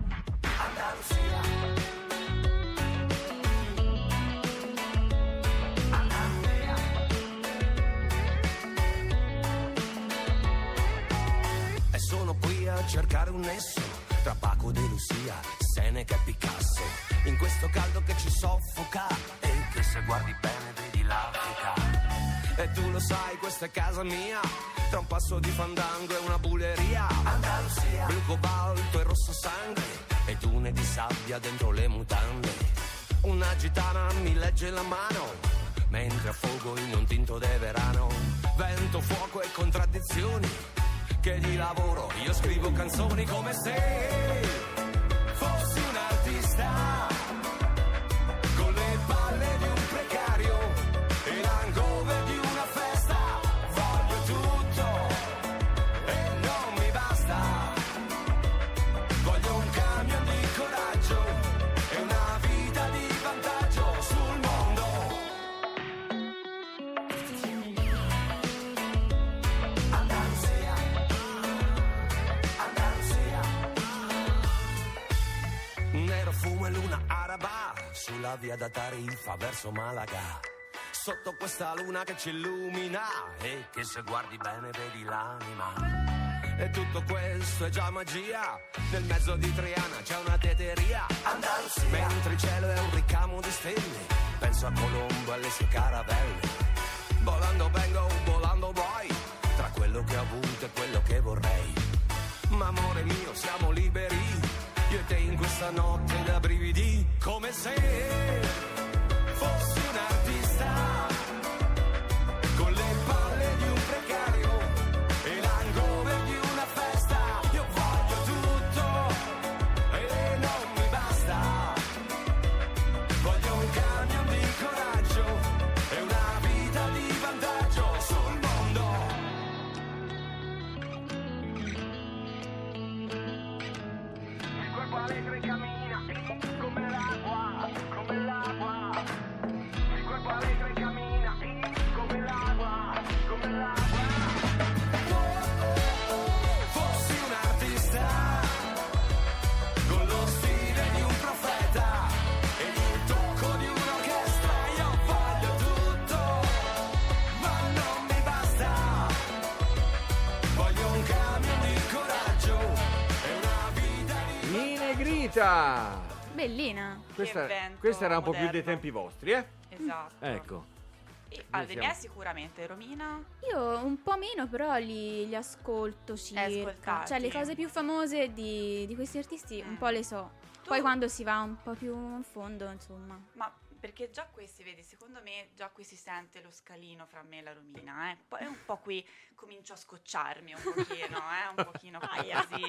E sono qui a cercare un nesso tra Paco de Lucia, Seneca e Picasso, in questo caldo che ci soffoca e che se guardi bene vedi l'Africa. E tu lo sai, questa è casa mia. Tra un passo di fandango e una bulleria. Andalusia. Blu cobalto e rosso sangue. E dune di sabbia dentro le mutande. Una gitana mi legge la mano mentre affogo in un tinto de verano. Vento, fuoco e contraddizioni. Che di lavoro io scrivo canzoni come se fossi un artista. Con le palle di un precario e l'hangover di una festa. Voglio tutto e non mi basta. Voglio un camion di coraggio e una vita di vantaggio sul mondo. Andalusia, Andalusia. Nero fumo e luna araba sulla via da Tarifa verso Malaga. Sotto questa luna che ci illumina e che se guardi bene vedi l'anima. E tutto questo è già magia. Nel mezzo di Triana c'è una teteria. Andalusia. Mentre il cielo è un ricamo di stelle, penso a Colombo e alle sue caravelle. Volando vengo, volando vuoi, tra quello che ho avuto e quello che vorrei. Ma amore mio, siamo liberi, io e te in questa notte da brividi. Come se fossi un artista. Con le palle di un precario e l'hangover di una festa. Io voglio tutto e non mi basta. Voglio un camion di coraggio e una vita di vantaggio sul mondo. Il corpo allegro cammina come l'acqua, come l'acqua. Il corpo allegro cammina come l'acqua, come l'acqua. Fossi un artista con lo stile di un profeta e il tocco di un'orchestra. Io voglio tutto, ma non mi basta. Voglio un camion di coraggio e una vita di... Mi Negrita! Bellina. Questa era un po' più dei tempi vostri, eh? Esatto. Ecco. Dei miei sicuramente. Romina? Io un po' meno, però li ascolto circa. Ascoltati. Cioè le cose più famose di questi artisti un po' le so. Poi quando si va un po' più in fondo, insomma. Ma perché già questi, vedi, secondo me già qui si sente lo scalino fra me e la Romina, Poi un po' qui comincio a scocciarmi un pochino, un pochino così.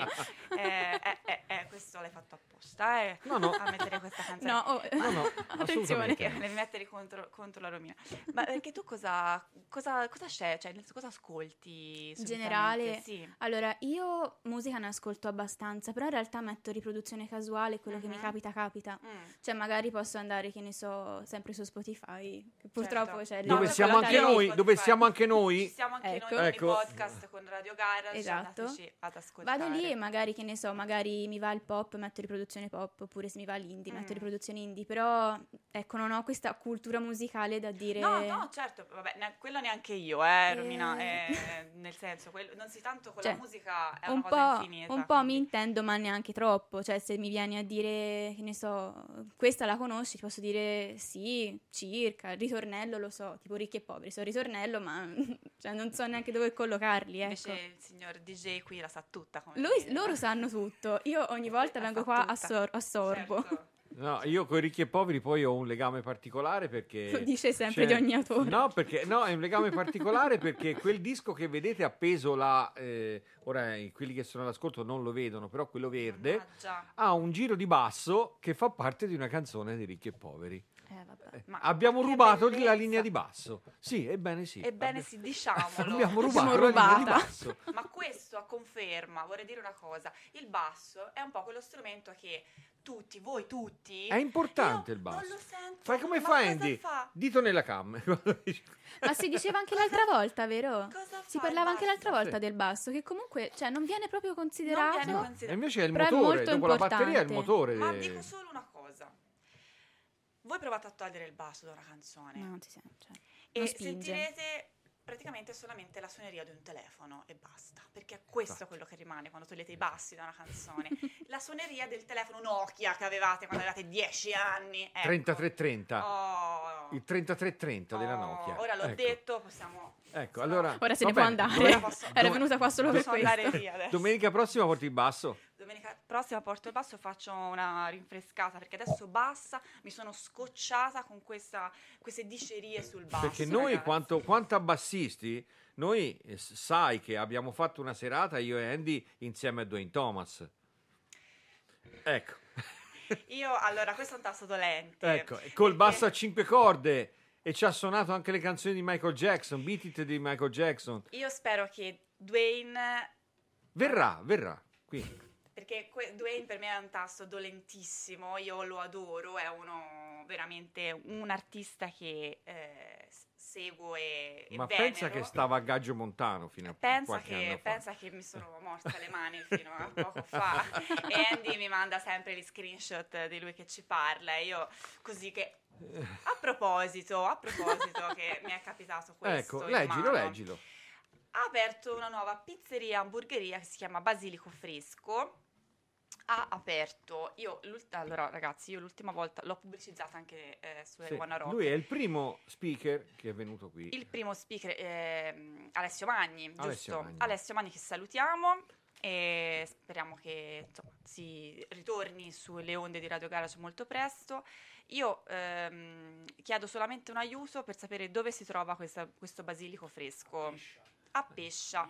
Questo l'hai fatto apposta, No. A mettere questa canzone. No, Attenzione, che devi mettere contro la Romina. Ma perché tu cosa c'è? Cioè, cosa ascolti? In generale, sì. Allora, io musica ne ascolto abbastanza, però in realtà metto riproduzione casuale, quello che mi capita. Cioè, magari posso andare, che ne so, sempre su Spotify, che purtroppo c'è dove siamo anche noi, dove siamo anche noi. Ci siamo anche Ecco. noi con i podcast con Radio Garage, Esatto. andateci ad ascoltare. Vado lì e magari, che ne so, magari mi va il pop, metto riproduzione pop, oppure se mi va l'indie, metto riproduzione indie, però ecco, non ho questa cultura musicale da dire... No, certo, vabbè, quello neanche io, Romina, nel senso, non si tanto con la musica è una cosa infinita. Un po' mi intendo, ma neanche troppo, cioè se mi vieni a dire, che ne so, questa la conosci, ti posso dire sì, circa, il ritornello lo so, tipo Ricchi e Poveri, so il ritornello, ma cioè, non so neanche dove collocarli, ecco. Invece il signor DJ qui la sa tutta. Loro sanno tutto, io ogni volta vengo qua assorbo. Certo. No, io con i Ricchi e Poveri poi ho un legame particolare perché... Lo dice sempre di ogni autore. No, è un legame particolare perché quel disco che vedete appeso là, ora quelli che sono all'ascolto non lo vedono, però quello verde, ha un giro di basso che fa parte di una canzone dei Ricchi e Poveri. Abbiamo rubato la linea di basso. Sì, ebbene sì. Ebbene sì, diciamolo. Abbiamo rubato la linea di basso. Ma questo a conferma, vorrei dire una cosa, il basso è un po' quello strumento che voi tutti... È importante il basso. Non lo sento. Fai come fa Andy? Dito nella cam. Ma si diceva anche l'altra volta, vero? Cosa si parlava anche l'altra volta del basso, che comunque, cioè, non viene proprio considerato. E invece è il però motore, è dopo importante. la batteria è il motore. Ma dico solo una cosa. Voi provate a togliere il basso da una canzone. No, non si sente. Cioè, e non spinge. sentirete praticamente solamente la suoneria di un telefono e basta, perché è questo quello che rimane quando togliete i bassi da una canzone. La suoneria del telefono Nokia che avevate quando avevate 10 anni. Ecco. 3330. Il 3330 della Nokia. Ora l'ho detto, possiamo... Ecco, allora... Ora se ne può andare. Era venuta qua solo per questo. Andare via adesso. Domenica prossima porti il basso? Domenica prossima porto il basso, faccio una rinfrescata, perché adesso basta, mi sono scocciata con queste dicerie sul basso. Perché noi, quanto a bassisti, noi sai che abbiamo fatto una serata, io e Andy, insieme a Dwayne Thomas. Ecco. Allora, questo è un tasto dolente. Ecco, col basso a 5 corde. E ci ha suonato anche le canzoni di Michael Jackson, Beat It di Michael Jackson. Io spero che Dwayne... Verrà, qui. Perché Dwayne per me è un tasto dolentissimo, io lo adoro, è veramente un artista che seguo e Ma venero. pensa che stava a Gaggio Montano fino a qualche anno fa. Pensa che mi sono morta le mani fino a poco fa. E Andy mi manda sempre gli screenshot di lui che ci parla, e io così che... A proposito che mi è capitato questo. Ecco, leggilo. Ha aperto una nuova pizzeria hamburgeria che si chiama Basilico Fresco. Ha aperto, allora ragazzi, io l'ultima volta l'ho pubblicizzata anche su One Rock. Lui è il primo speaker che è venuto qui. Il primo speaker Alessio Magni, giusto? Alessio Magni che salutiamo e speriamo che si ritorni sulle onde di Radio Garage molto presto. Io chiedo solamente un aiuto per sapere dove si trova questo Basilico Fresco. A Pescia.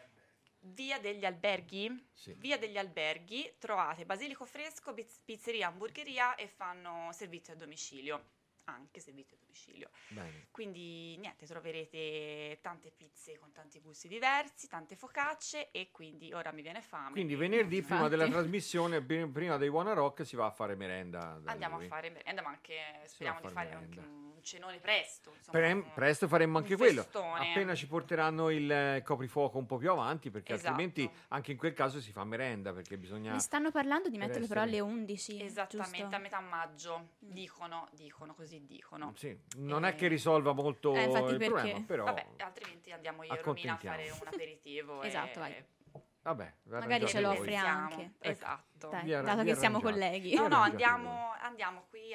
Via degli Alberghi? Sì. Via degli Alberghi, trovate Basilico Fresco, pizzeria, hamburgeria e fanno servizio a domicilio. Anche servizio a domicilio. Bene. Quindi niente, troverete tante pizze con tanti gusti diversi, tante focacce e quindi ora mi viene fame. Quindi venerdì prima della trasmissione, prima dei One Rock, si va a fare merenda. Andiamo a fare merenda, ma anche speriamo di fare anche un cenone presto. Presto faremmo anche quello. Appena ci porteranno il coprifuoco un po' più avanti, perché altrimenti anche in quel caso si fa merenda, perché bisogna... Mi stanno parlando di metterlo però alle 11. Esattamente, giusto? a metà maggio. Dicono così. Sì, non è che risolva molto il problema, però vabbè, altrimenti andiamo io e Romina a fare un aperitivo. Esatto, vai. Vabbè, magari ce lo offre anche. Esatto. Dato che siamo colleghi. No, andiamo qui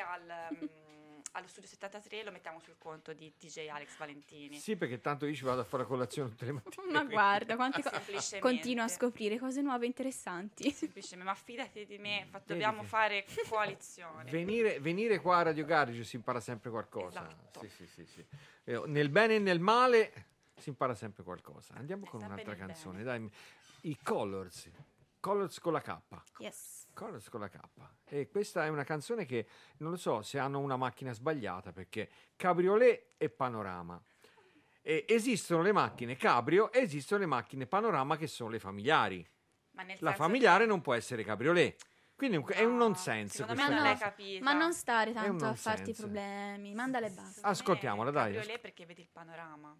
allo studio 73 e lo mettiamo sul conto di DJ Alex Valentini. Sì, perché tanto io ci vado a fare colazione tutte le mattine. Ma guarda, quante continuo a scoprire cose nuove interessanti. Semplicemente, ma fidati di me, dobbiamo fare coalizione. Venire qua a Radio Garage si impara sempre qualcosa. Esatto. Sì. Nel bene e nel male si impara sempre qualcosa. Andiamo con un'altra canzone, dai. I Colors con la K. Yes. Colors con la K. E questa è una canzone che non lo so se hanno una macchina sbagliata, perché cabriolet e panorama. E esistono le macchine cabrio e esistono le macchine panorama che sono le familiari. La familiare non può essere cabriolet. Quindi è un non senso. Ma non stare tanto a farti problemi. Mandale e basta. Ascoltiamola, dai. Cabriolet perché vedi il panorama.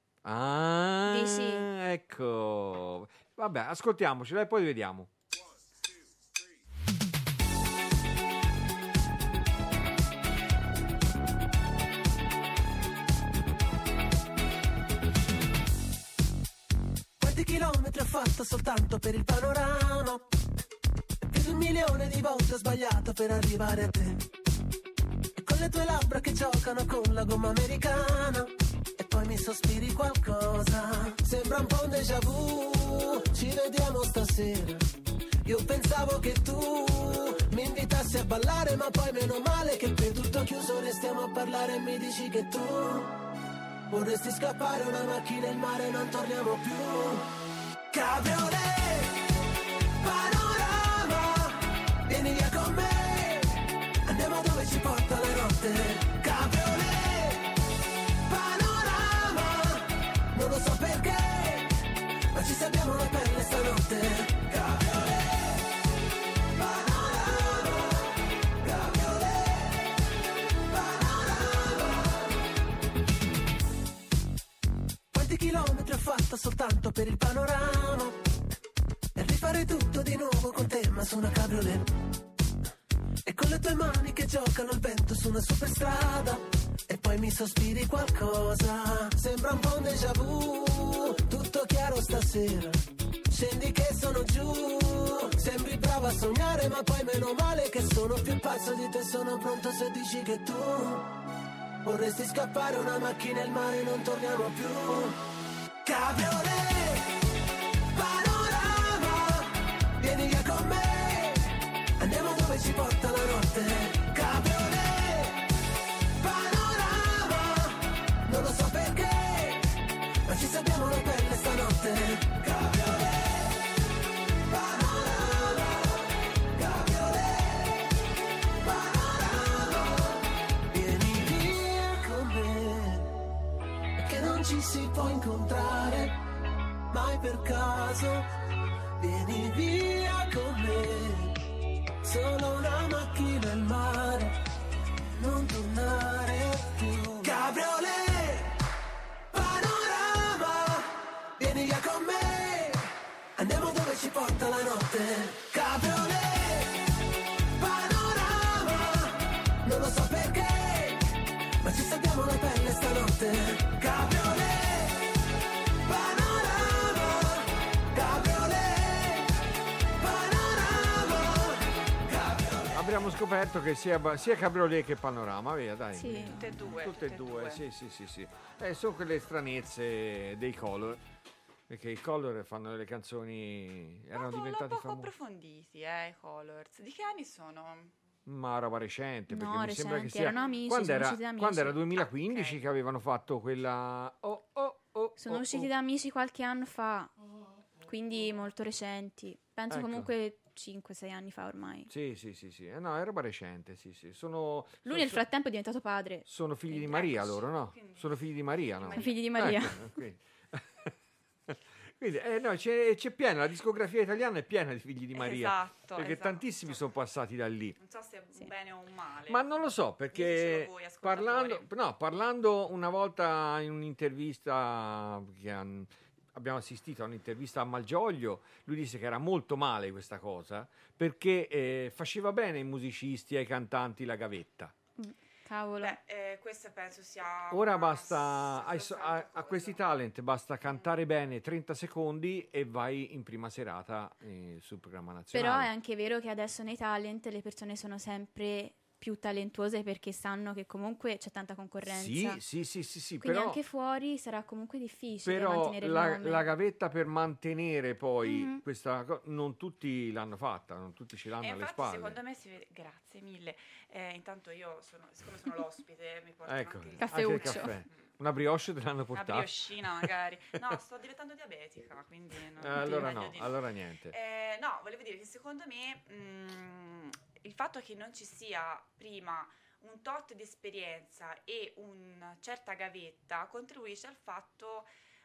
Ah, sì. Ecco. Vabbè, ascoltiamocela e poi vediamo. Quanti chilometri ho fatto soltanto per il panorama? Più di 1 milione di volte ho sbagliato per arrivare a te. E con le tue labbra che giocano con la gomma americana. E poi mi sospiri qualcosa. Sembra un po' un déjà vu. Ci vediamo stasera. Io pensavo che tu mi invitassi a ballare, ma poi meno male che per tutto chiuso restiamo a parlare e mi dici che tu vorresti scappare una macchina e il mare, non torniamo più. Cabriolet, panorama, vieni via con me, andiamo dove ci porta la notte. Cabriolet, panorama, non lo so perché, ma ci salviamo la pelle stanotte. Cabriolet, panorama, cabriolet, panorama. Quanti chilometri ho fatto soltanto per il panorama? E rifare tutto di nuovo con te, ma su una cabriolet. E con le tue mani che giocano al vento su una superstrada. E poi mi sospiri qualcosa. Sembra un po' un déjà vu, tutto chiaro stasera. Scendi che sono giù, sembri brava a sognare, ma poi meno male che sono più pazzo di te. Sono pronto se dici che tu vorresti scappare, una macchina e il mare, non torniamo più. Cabriolet, panorama, vieni via con me, andiamo dove ci porta la notte. Cabriolet, panorama, non lo so perché, ma ci sappiamo la pelle stanotte. Cabriolet, panorama, cabriolet, panorama, vieni via con me, che non ci si può incontrare mai per caso. Vieni via con me, solo una macchina e il mare, non tornare più. Cabriolet, panorama, vieni via con me, andiamo dove ci porta la notte. Cabriolet, panorama, non lo so perché, ma ci salviamo la pelle stanotte. Cabriolet, panorama, cabriolet, panorama, cabriolet. Abbiamo scoperto che sia cabriolet che panorama, via, dai. Sì. Tutte e due. Sì. Sono quelle stranezze dei Color, perché i Color fanno delle canzoni, erano diventati poco famosi. approfonditi, i Colors. Di che anni sono? Ma roba recente, perché No, mi sembra che recenti, sia erano amici, quando sono era, usciti da amici. quando era 2015 Ok. che avevano fatto quella Sono usciti da amici qualche anno fa, quindi molto recenti. Penso Ecco. comunque 5-6 anni fa ormai. Sì. No, è roba recente, sì. Lui nel frattempo è diventato padre. Sono figli di Maria loro, no? Sono figli di Maria, no? Figli di Maria. Ecco, quindi, no, c'è piena, la discografia italiana è piena di figli di Maria. Esatto, perché esatto. tantissimi sono passati da lì. Non so se è un bene o un male. Ma non lo so, perché Ditecelo voi, ascoltatori. parlando una volta in un'intervista abbiamo assistito a un'intervista a Malgioglio, lui disse che era molto male questa cosa, perché faceva bene ai musicisti e ai cantanti la gavetta. Cavolo. Questo penso sia Ora una basta, a cosa. questi talent basta cantare bene 30 secondi e vai in prima serata sul programma nazionale. Però è anche vero che adesso nei talent le persone sono sempre più talentuose perché sanno che comunque c'è tanta concorrenza. Sì, Quindi però, anche fuori sarà comunque difficile però mantenere il nome. la gavetta per mantenere poi questa cosa, non tutti l'hanno fatta, non tutti ce l'hanno E alle infatti spalle. secondo me si vede. Grazie mille. Intanto io siccome sono l'ospite, mi porto Ecco, anche il anche il caffè. Una brioche te l'hanno Una portata. brioscina magari. No, sto diventando diabetica, quindi non allora ti no, meglio di allora niente. No, volevo dire che secondo me il fatto che non ci sia prima un tot di esperienza e una certa gavetta contribuisce al fatto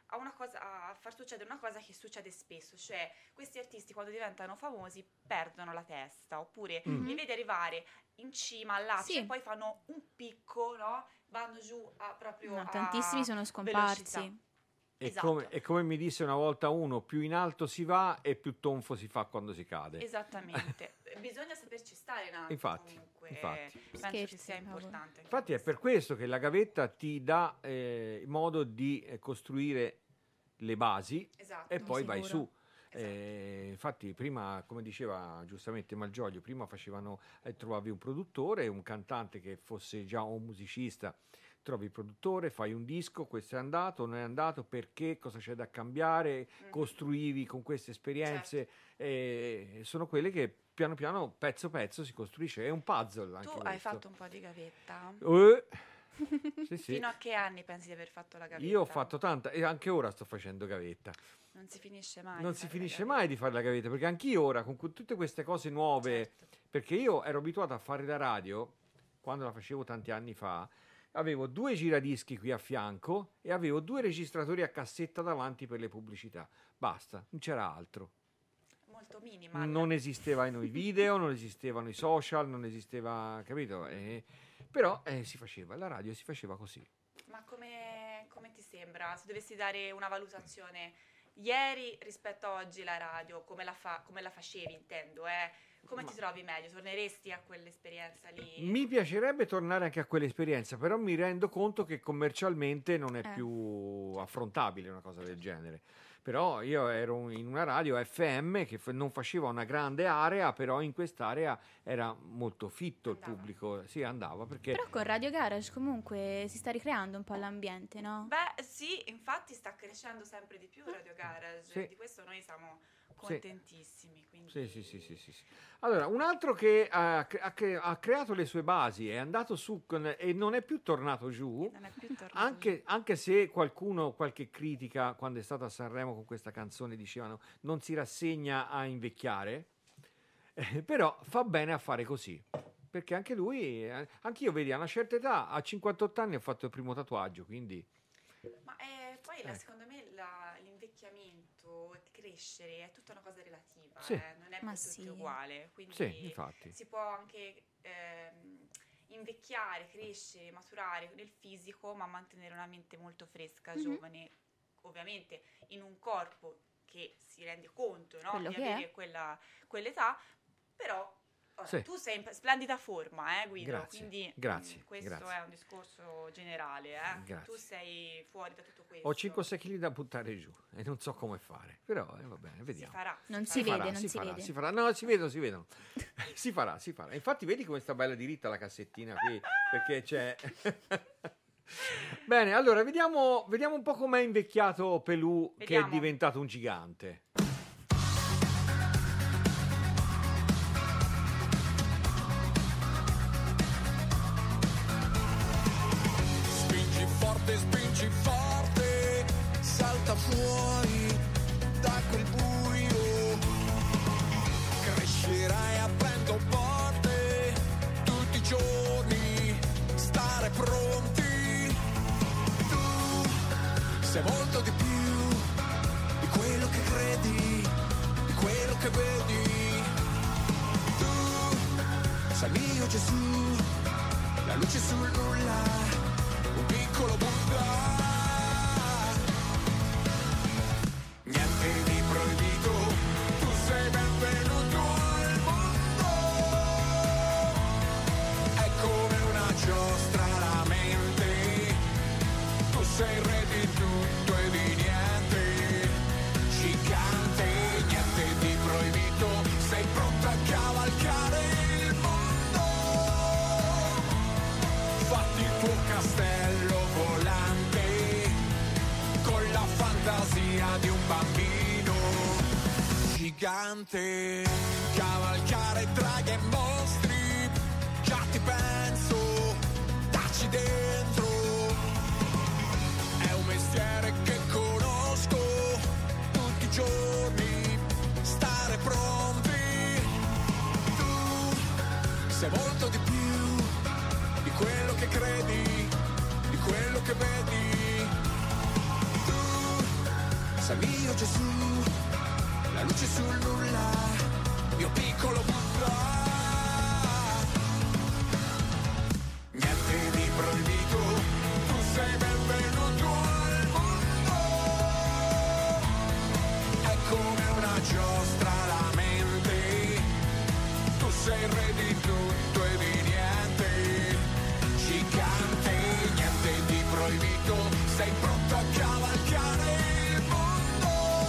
a far succedere una cosa che succede spesso, cioè questi artisti quando diventano famosi perdono la testa, oppure li vedi arrivare in cima all'apice e poi fanno un picco, no? Vanno giù proprio a tantissimi sono scomparsi. velocità. E, Esatto. come mi disse una volta uno, più in alto si va e più tonfo si fa quando si cade. Esattamente, bisogna saperci stare in alto. Infatti. Penso che sia importante. Infatti è per questo che la gavetta ti dà modo di costruire le basi Esatto, e poi vai su. Esatto. Infatti prima, come diceva giustamente Malgioglio, prima trovavi un produttore, un cantante che fosse già un musicista, trovi il produttore, fai un disco, questo è andato, non è andato, perché, cosa c'è da cambiare, costruivi con queste esperienze, sono quelle che piano piano, pezzo pezzo si costruisce, è un puzzle anche Tu hai questo. fatto un po' di gavetta? Sì. Fino a che anni pensi di aver fatto la gavetta? Io ho fatto tanta e anche ora sto facendo gavetta. Non si finisce mai. Non si finisce mai di fare la gavetta, perché anch'io ora con tutte queste cose nuove, perché io ero abituato a fare la radio quando la facevo tanti anni fa, avevo 2 giradischi qui a fianco e avevo 2 registratori a cassetta davanti per le pubblicità, basta, non c'era altro. Molto minimal. Non esistevano i video, non esistevano i social, non esisteva, capito? Però si faceva, la radio si faceva così. Ma come ti sembra? Se dovessi dare una valutazione ieri rispetto a oggi la radio, come la facevi, intendo, come ti trovi meglio? Torneresti a quell'esperienza lì? Mi piacerebbe tornare anche a quell'esperienza, però mi rendo conto che commercialmente non è più affrontabile una cosa del genere. Però io ero in una radio FM che non faceva una grande area, però in quest'area era molto fitto il pubblico, sì, andava perché... Però con Radio Garage comunque si sta ricreando un po' l'ambiente, no? Beh sì, infatti sta crescendo sempre di più Radio Garage, di questo noi siamo contentissimi. Quindi... Sì. Allora, un altro che ha creato le sue basi, è andato su e non è più tornato giù, anche se qualche critica quando è stato a Sanremo con questa canzone dicevano non si rassegna a invecchiare, però fa bene a fare così, perché anche lui, anch'io vedi, a una certa età, a 58 anni ho fatto il primo tatuaggio, quindi... Ma poi secondo me l'invecchiamento, crescere, è tutta una cosa relativa, non è per tutti uguale, quindi infatti. Si può anche invecchiare, crescere, maturare nel fisico, ma mantenere una mente molto fresca, giovane, ovviamente in un corpo che si rende conto, no, di avere quell'età, però... Tu sei in splendida forma, Guido, quindi questo è un discorso generale, tu sei fuori da tutto questo. Ho 5-6 kg da buttare giù e non so come fare, però va bene, vediamo. Si farà. Non si vede. Si farà. No, si vedono. si farà. Infatti vedi come sta bella diritta la cassettina qui, perché c'è... Bene, allora vediamo un po' com'è invecchiato Pelù, che è diventato un gigante. Spingi forte, salta fuori da quel buio, crescerai aprendo porte tutti i giorni, stare pronti. Tu sei molto di più di quello che credi, di quello che vedi. Tu sei mio Gesù, la luce sul nulla, un piccolo Buddha. Niente di proibito, tu sei benvenuto al mondo. È come una giostra la mente, tu sei il re di tutto e di niente. Gigante, niente di proibito, sei pronto a cavalcare il mondo. Fatti il tuo castello volante con la fantasia di un bambino gigante. Cavalcare draghi e mostri, già ti penso, dacci dentro. È un mestiere che conosco tutti i giorni, stare pronti. Tu sei molto di più di quello che credi, di quello che vedi. Tu sei mio Gesù, la luce sul nulla, mio piccolo Buddha. Niente di proibito, tu sei benvenuto al mondo. È come una giostra la mente, tu sei il re di tutto e di niente. Gigante, niente di proibito, sei pronto a cavalcare il mondo.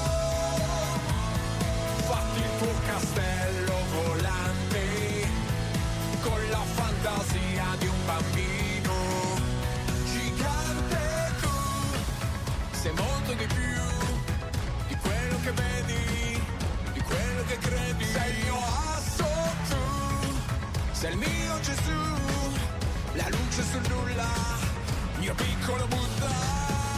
Fatti il tuo castello volante con la fantasia di un bambino gigante. Tu sei molto di più di quello che vedi, di quello che credi. Sei il mio asso, tu sei il mio Gesù, la luce sul nulla, mio piccolo Buddha.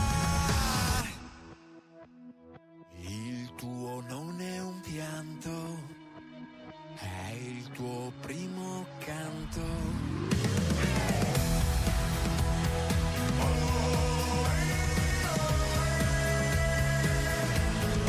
Il tuo non è un pianto, è il tuo primo canto.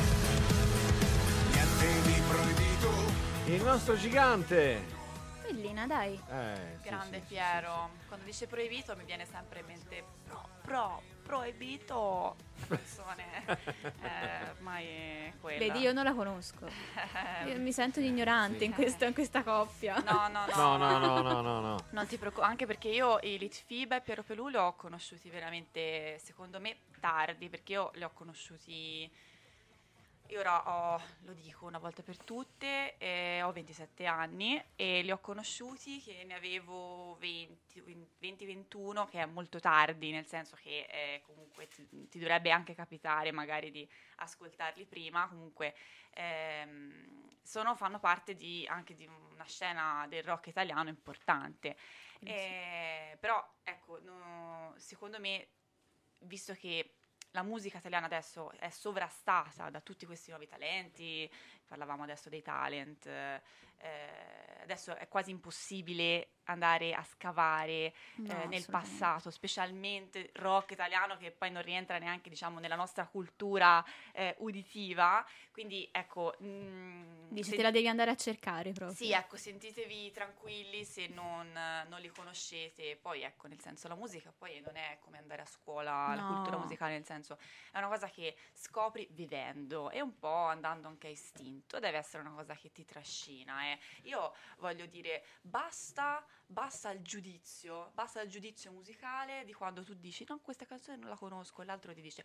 Niente di proibito. Il nostro gigante. Bellino. Martina, dai. Grande Piero. Quando dice proibito mi viene sempre in mente proibito. Persone mai quella. Vedi, io non la conosco. Io mi sento di ignorante in questa coppia. No. Non ti preoccupare, anche perché io i Litfiba e Piero Pelù li ho conosciuti veramente, secondo me, tardi, perché io li ho conosciuti. Io ora lo dico una volta per tutte, ho 27 anni e li ho conosciuti che ne avevo 20-21, che è molto tardi, nel senso che comunque ti dovrebbe anche capitare magari di ascoltarli prima. Comunque fanno parte anche di una scena del rock italiano importante. Però ecco, secondo me, visto che la musica italiana adesso è sovrastata da tutti questi nuovi talenti, parlavamo adesso dei talent, adesso è quasi impossibile andare a scavare nel passato, specialmente rock italiano, che poi non rientra neanche, diciamo, nella nostra cultura uditiva. Quindi ecco, dici, te la devi andare a cercare proprio. Sì, ecco, sentitevi tranquilli se non li conoscete. Poi ecco, nel senso, la musica poi non è come andare a scuola, la cultura musicale, nel senso, è una cosa che scopri vivendo e un po' andando anche a istinto. Deve essere una cosa che ti trascina. Io voglio dire, basta il giudizio musicale di quando tu dici no, questa canzone non la conosco, e l'altro ti dice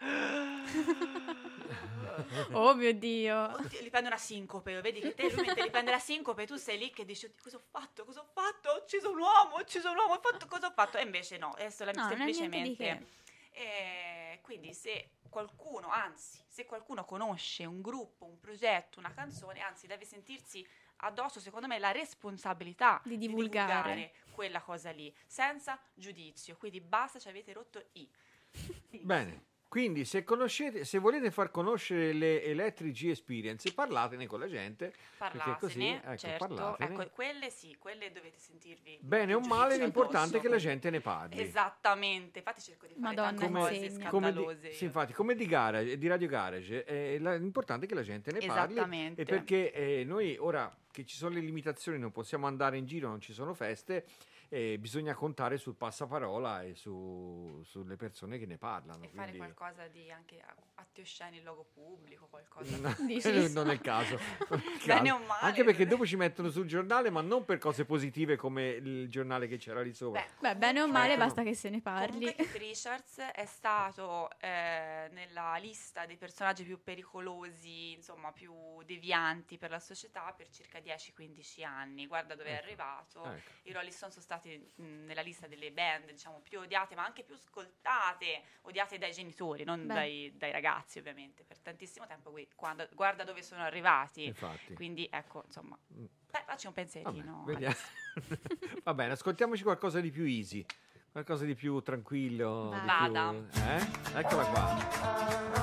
oh mio Dio, gli prende una sincope, vedi che lui mentre gli prende la sincope tu sei lì che dici cosa ho fatto, ho ucciso un uomo, cosa ho fatto, e invece no, è semplicemente quindi se qualcuno conosce un gruppo, un progetto, una canzone, anzi deve sentirsi addosso, secondo me, la responsabilità di divulgare quella cosa lì, senza giudizio. Quindi basta, ci avete rotto Bene, quindi se volete far conoscere le Electric Experience, parlatene con la gente. Parlatene, così, ecco, certo. parlatene. Ecco, quelle dovete sentirvi bene o male, l'importante è che la gente ne parli. Esattamente, infatti cerco di fare tante cose scandalose. Sì, infatti, come di Radio Garage, l'importante è che la gente ne parli. Esattamente. E perché noi ora che ci sono le limitazioni, non possiamo andare in giro, non ci sono feste, bisogna contare sul passaparola e sulle persone che ne parlano. E fare qualcosa di anche atti osceni in luogo pubblico, qualcosa. Non è il caso. Bene o male. Anche perché dopo ci mettono sul giornale, ma non per cose positive come il giornale che c'era lì sopra. Beh, bene o male, basta che se ne parli. Comunque Keith Richards è stato nella lista dei personaggi più pericolosi, insomma più devianti per la società per circa 10-15 anni. Guarda dove è arrivato. I Rolling Stones sono stati nella lista delle band, diciamo, più odiate, ma anche più ascoltate, odiate dai genitori, non dai ragazzi, ovviamente, per tantissimo tempo. Guarda dove sono arrivati. Infatti. Quindi ecco, insomma, facci un pensierino. Va bene, ascoltiamoci qualcosa di più easy, qualcosa di più tranquillo. Vada. Eccola qua.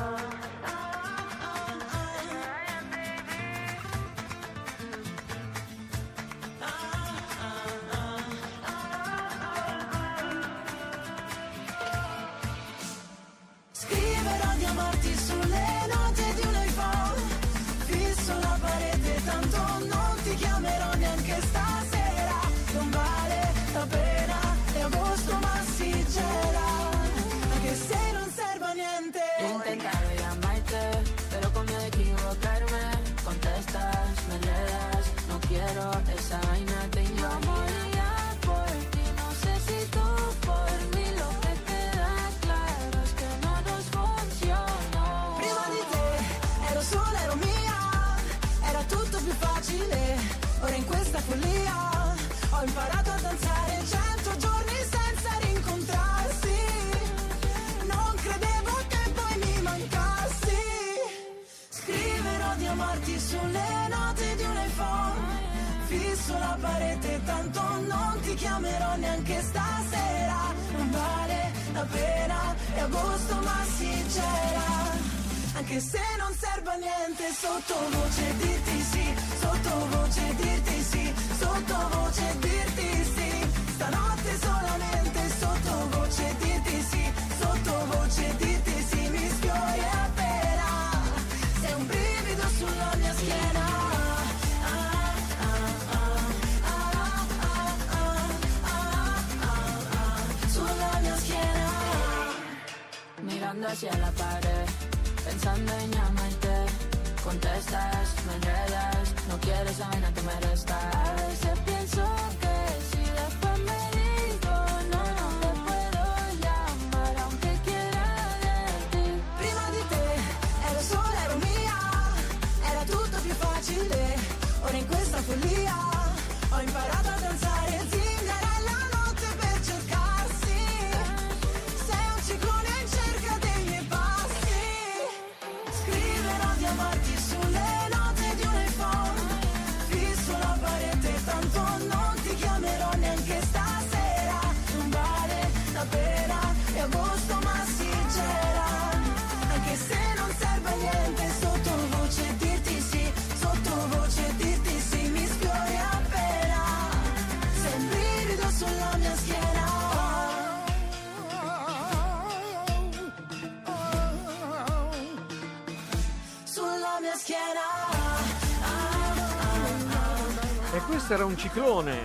Esa vaina te yo moría por ti, no sé si tú por mí, lo que queda claro es que no nos funzionò. Prima di te ero sola, ero mia, era tutto più facile. Ora in questa follia ho imparato a danzare 100 giorni senza rincontrarsi. Non credevo che poi mi mancassi. Scriverò di amarti sulle note di un iPhone. Fisso la parete, tanto non ti chiamerò neanche stasera. Non vale la pena, è agosto ma sincera. Anche se non serve a niente, sottovoce dirti sì, sottovoce dirti sì, sottovoce dirti sì. Stanotte solamente sottovoce dirti sì, sottovoce dirti sì. Mi sfiori appena, sei un brivido sulla mia schiena. mirando hacia la pared, pensando en llamarte. Contestas, me enredas, no quieres saber, no te me restas. A veces pienso que si después me digo no te puedo llamar aunque quiera de ti. Prima di te ero sola, ero mia, era tutto più facile. Ora in questa follia ho imparato a danzare Cinderella notte per cercarsi. Sei un ciclone in cerca dei miei passi. Scriverò di amarti sulle note di un iPhone, fisso la parete, tanto non ti chiamerò neanche stasera. Non vale la pena, è agosto ma si gela, anche se non serve a niente, sottovoce dirti sì, sottovoce dirti sì, mi sfiori appena, sei un brivido sulla mia schiena. Sulla mia schiena. E questo era un ciclone.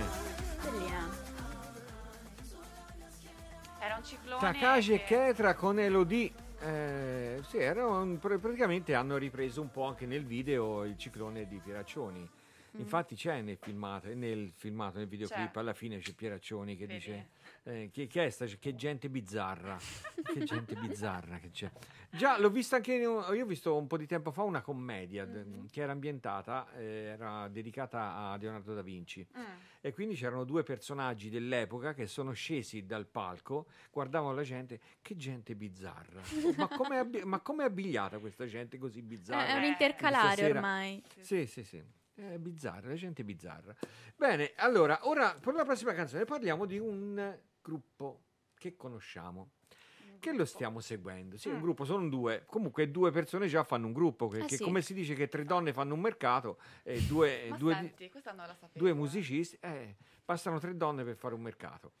Era un ciclone. Takagi e Ketra con Elodie. Sì, praticamente hanno ripreso un po' anche nel video il ciclone di Pieraccioni. Infatti c'è nel filmato, nel videoclip, C'è. alla fine c'è Pieraccioni che Vedi. dice che è sta, che gente bizzarra. Che gente bizzarra che c'è. Già, l'ho vista anche io ho visto un po' di tempo fa una commedia che era ambientata, era dedicata a Leonardo da Vinci. E quindi c'erano due personaggi dell'epoca che sono scesi dal palco, guardavano la gente, che gente bizzarra. Ma come è abbigliata questa gente così bizzarra? È un intercalare Stasera? ormai. Sì. È bizzarra, la gente bizzarra. Bene, allora, ora per la prossima canzone parliamo di un gruppo che conosciamo, che lo stiamo seguendo. Sì, un gruppo, sono due. Comunque due persone già fanno un gruppo, che sì. come si dice che tre donne fanno un mercato, due Senti, questa non la sapevo. due musicisti, bastano tre donne per fare un mercato.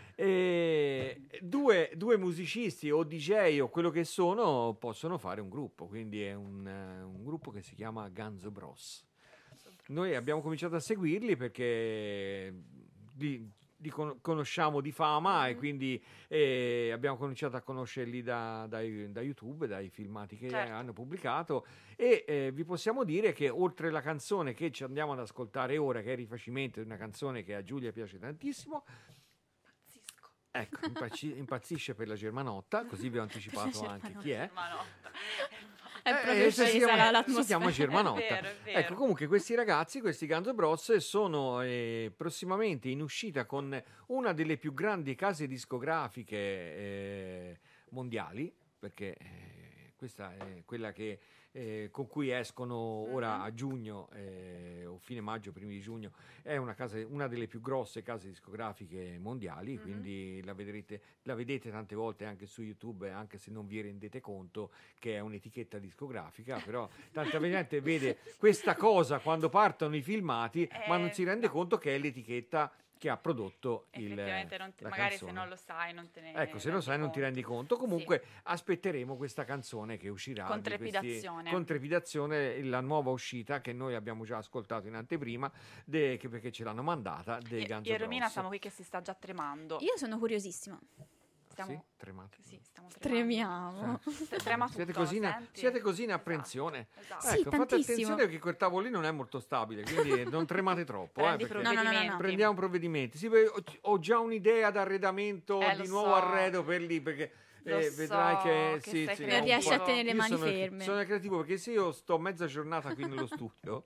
Due musicisti o DJ o quello che sono possono fare un gruppo, quindi è un gruppo che si chiama Ganzo Bros. Noi abbiamo cominciato a seguirli perché li conosciamo di fama e quindi abbiamo cominciato a conoscerli da YouTube, dai filmati che hanno pubblicato e vi possiamo dire che oltre la canzone che ci andiamo ad ascoltare ora, che è il rifacimento di una canzone che a Giulia piace tantissimo, ecco, impazzisce per la Germanotta, così vi ho anticipato anche chi è. È proprio si chiama Germanotta. È vero. Ecco, comunque questi ragazzi, questi Ganzo Bros, sono prossimamente in uscita con una delle più grandi case discografiche mondiali, perché questa è quella che con cui escono ora a giugno o fine maggio, primi di giugno, è una delle più grosse case discografiche mondiali, quindi la vedete tante volte anche su YouTube, anche se non vi rendete conto che è un'etichetta discografica, però tanta gente vede questa cosa quando partono i filmati, ma non si rende conto che è l'etichetta che ha prodotto Effettivamente la magari canzone. se non lo sai non te ne Ecco, se lo sai non ti rendi conto. Comunque aspetteremo questa canzone che uscirà Con di trepidazione. con trepidazione, la nuova uscita che noi abbiamo già ascoltato in anteprima perché ce l'hanno mandata dei Ganzo Io e Romina Bros. siamo qui che si sta già tremando. Io sono curiosissima. Sì, tremate. Sì, stiamo Tremiamo. Trema Siete tutto, così, senti? siete così in apprensione. Esatto. Sì, Ecco, fate tantissimo. attenzione perché quel tavolino non è molto stabile, quindi non tremate troppo. Prendi Perché provvedimenti. No. prendiamo provvedimenti. Sì, perché ho già un'idea d'arredamento Lo di nuovo so. arredo per lì, perché Lo vedrai so che sei sì, Non riesci a creativo. tenere le io mani sono, ferme. sono creativo perché se io sto mezza giornata qui nello studio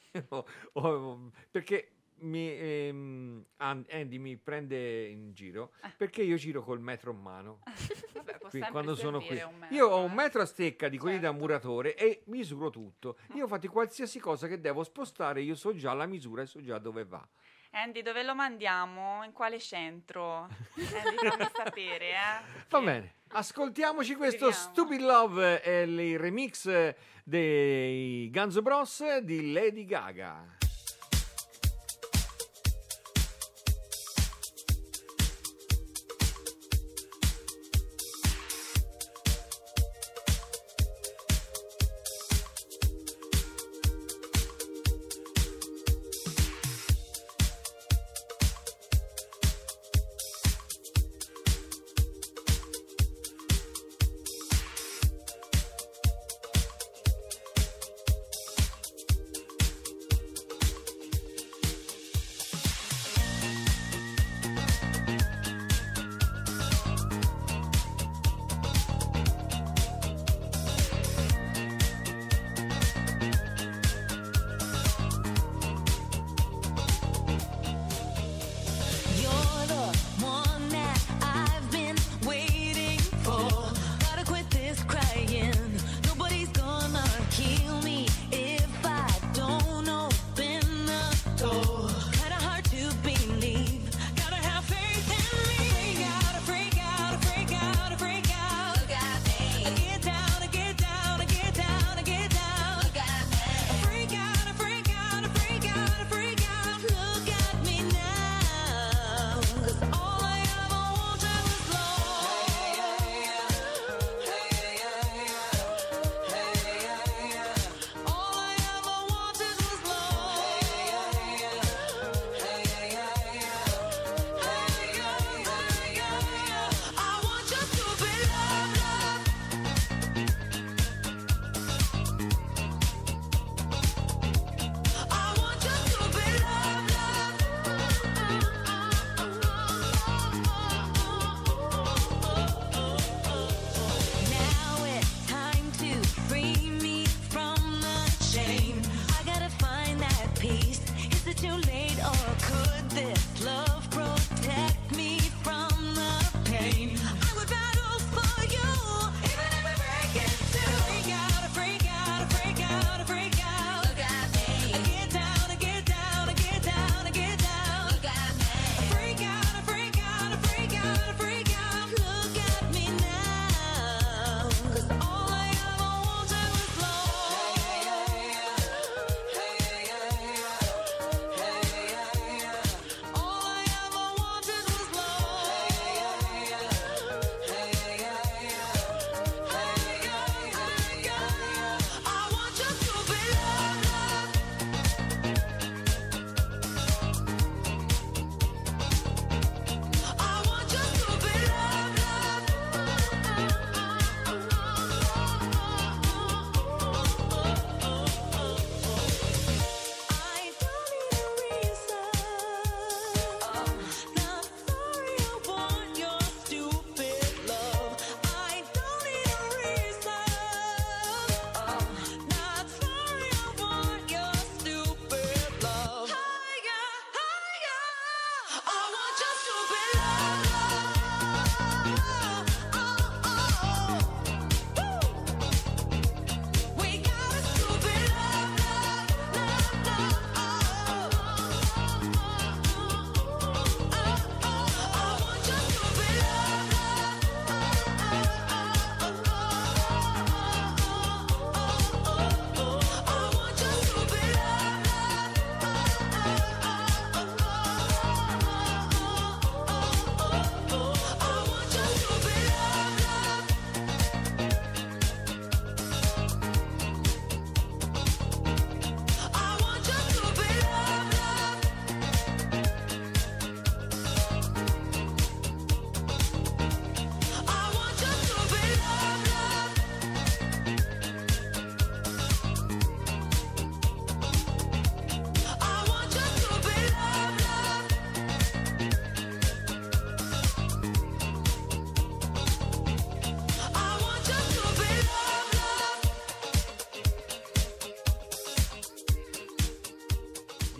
perché Andy mi prende in giro perché io giro col metro in mano. Vabbè, può Qui, sempre quando sono qui servire un metro, io ho un metro a stecca di quelli da Certo. muratore e misuro tutto. Io infatti qualsiasi cosa che devo spostare io so già la misura e so già dove va. Andy, dove lo mandiamo? In quale centro? Andy, fammi sapere, Va bene, ascoltiamoci questo Scriviamo. Stupid Love e il remix dei Ganzo Bros di Lady Gaga.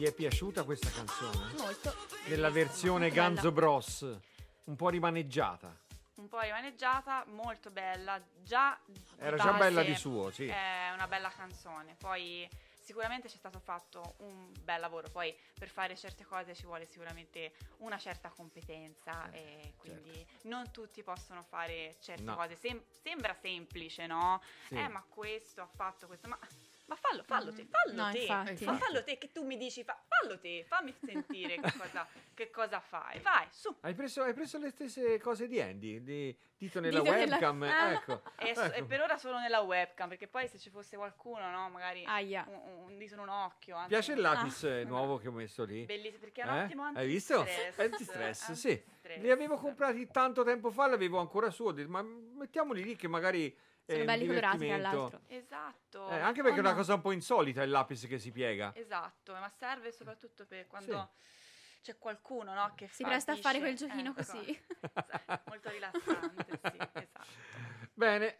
Ti è piaciuta questa canzone? Molto. Nella versione molto bella. Ganzo Bros, un po' rimaneggiata. Un po' rimaneggiata, molto bella. Già Era già bella di suo, sì. È una bella canzone. Poi sicuramente c'è stato fatto un bel lavoro. Poi per fare certe cose ci vuole sicuramente una certa competenza e quindi non tutti possono fare certe cose. Sembra semplice, no? Sì. Ma questo ha fatto questo, ma fallo te, No, te. infatti. Ma fallo te, che tu mi dici, fallo te, fammi sentire che cosa fai. Vai, su. Hai preso le stesse cose di Andy? Dito nella Dito webcam? nella- Ecco. E per ora solo nella webcam, perché poi se ci fosse qualcuno, no, magari Aia. un dito in un occhio. Anzi, Piace il lapis nuovo che ho messo lì? Bellissimo, perché è un ottimo Hai visto? antistress. Antistress, sì. Antistress. Li avevo comprati tanto tempo fa, l'avevo ancora su, ho detto, ma mettiamoli lì che magari Sono un belli colorati, tra divertimento. l'altro. Esatto. Anche perché Oh, è una no. cosa un po' insolita il lapis che si piega. Esatto, ma serve soprattutto per quando c'è qualcuno, no, che Si presta a fare quel dice, giochino ecco, così. molto rilassante, sì, esatto. Bene,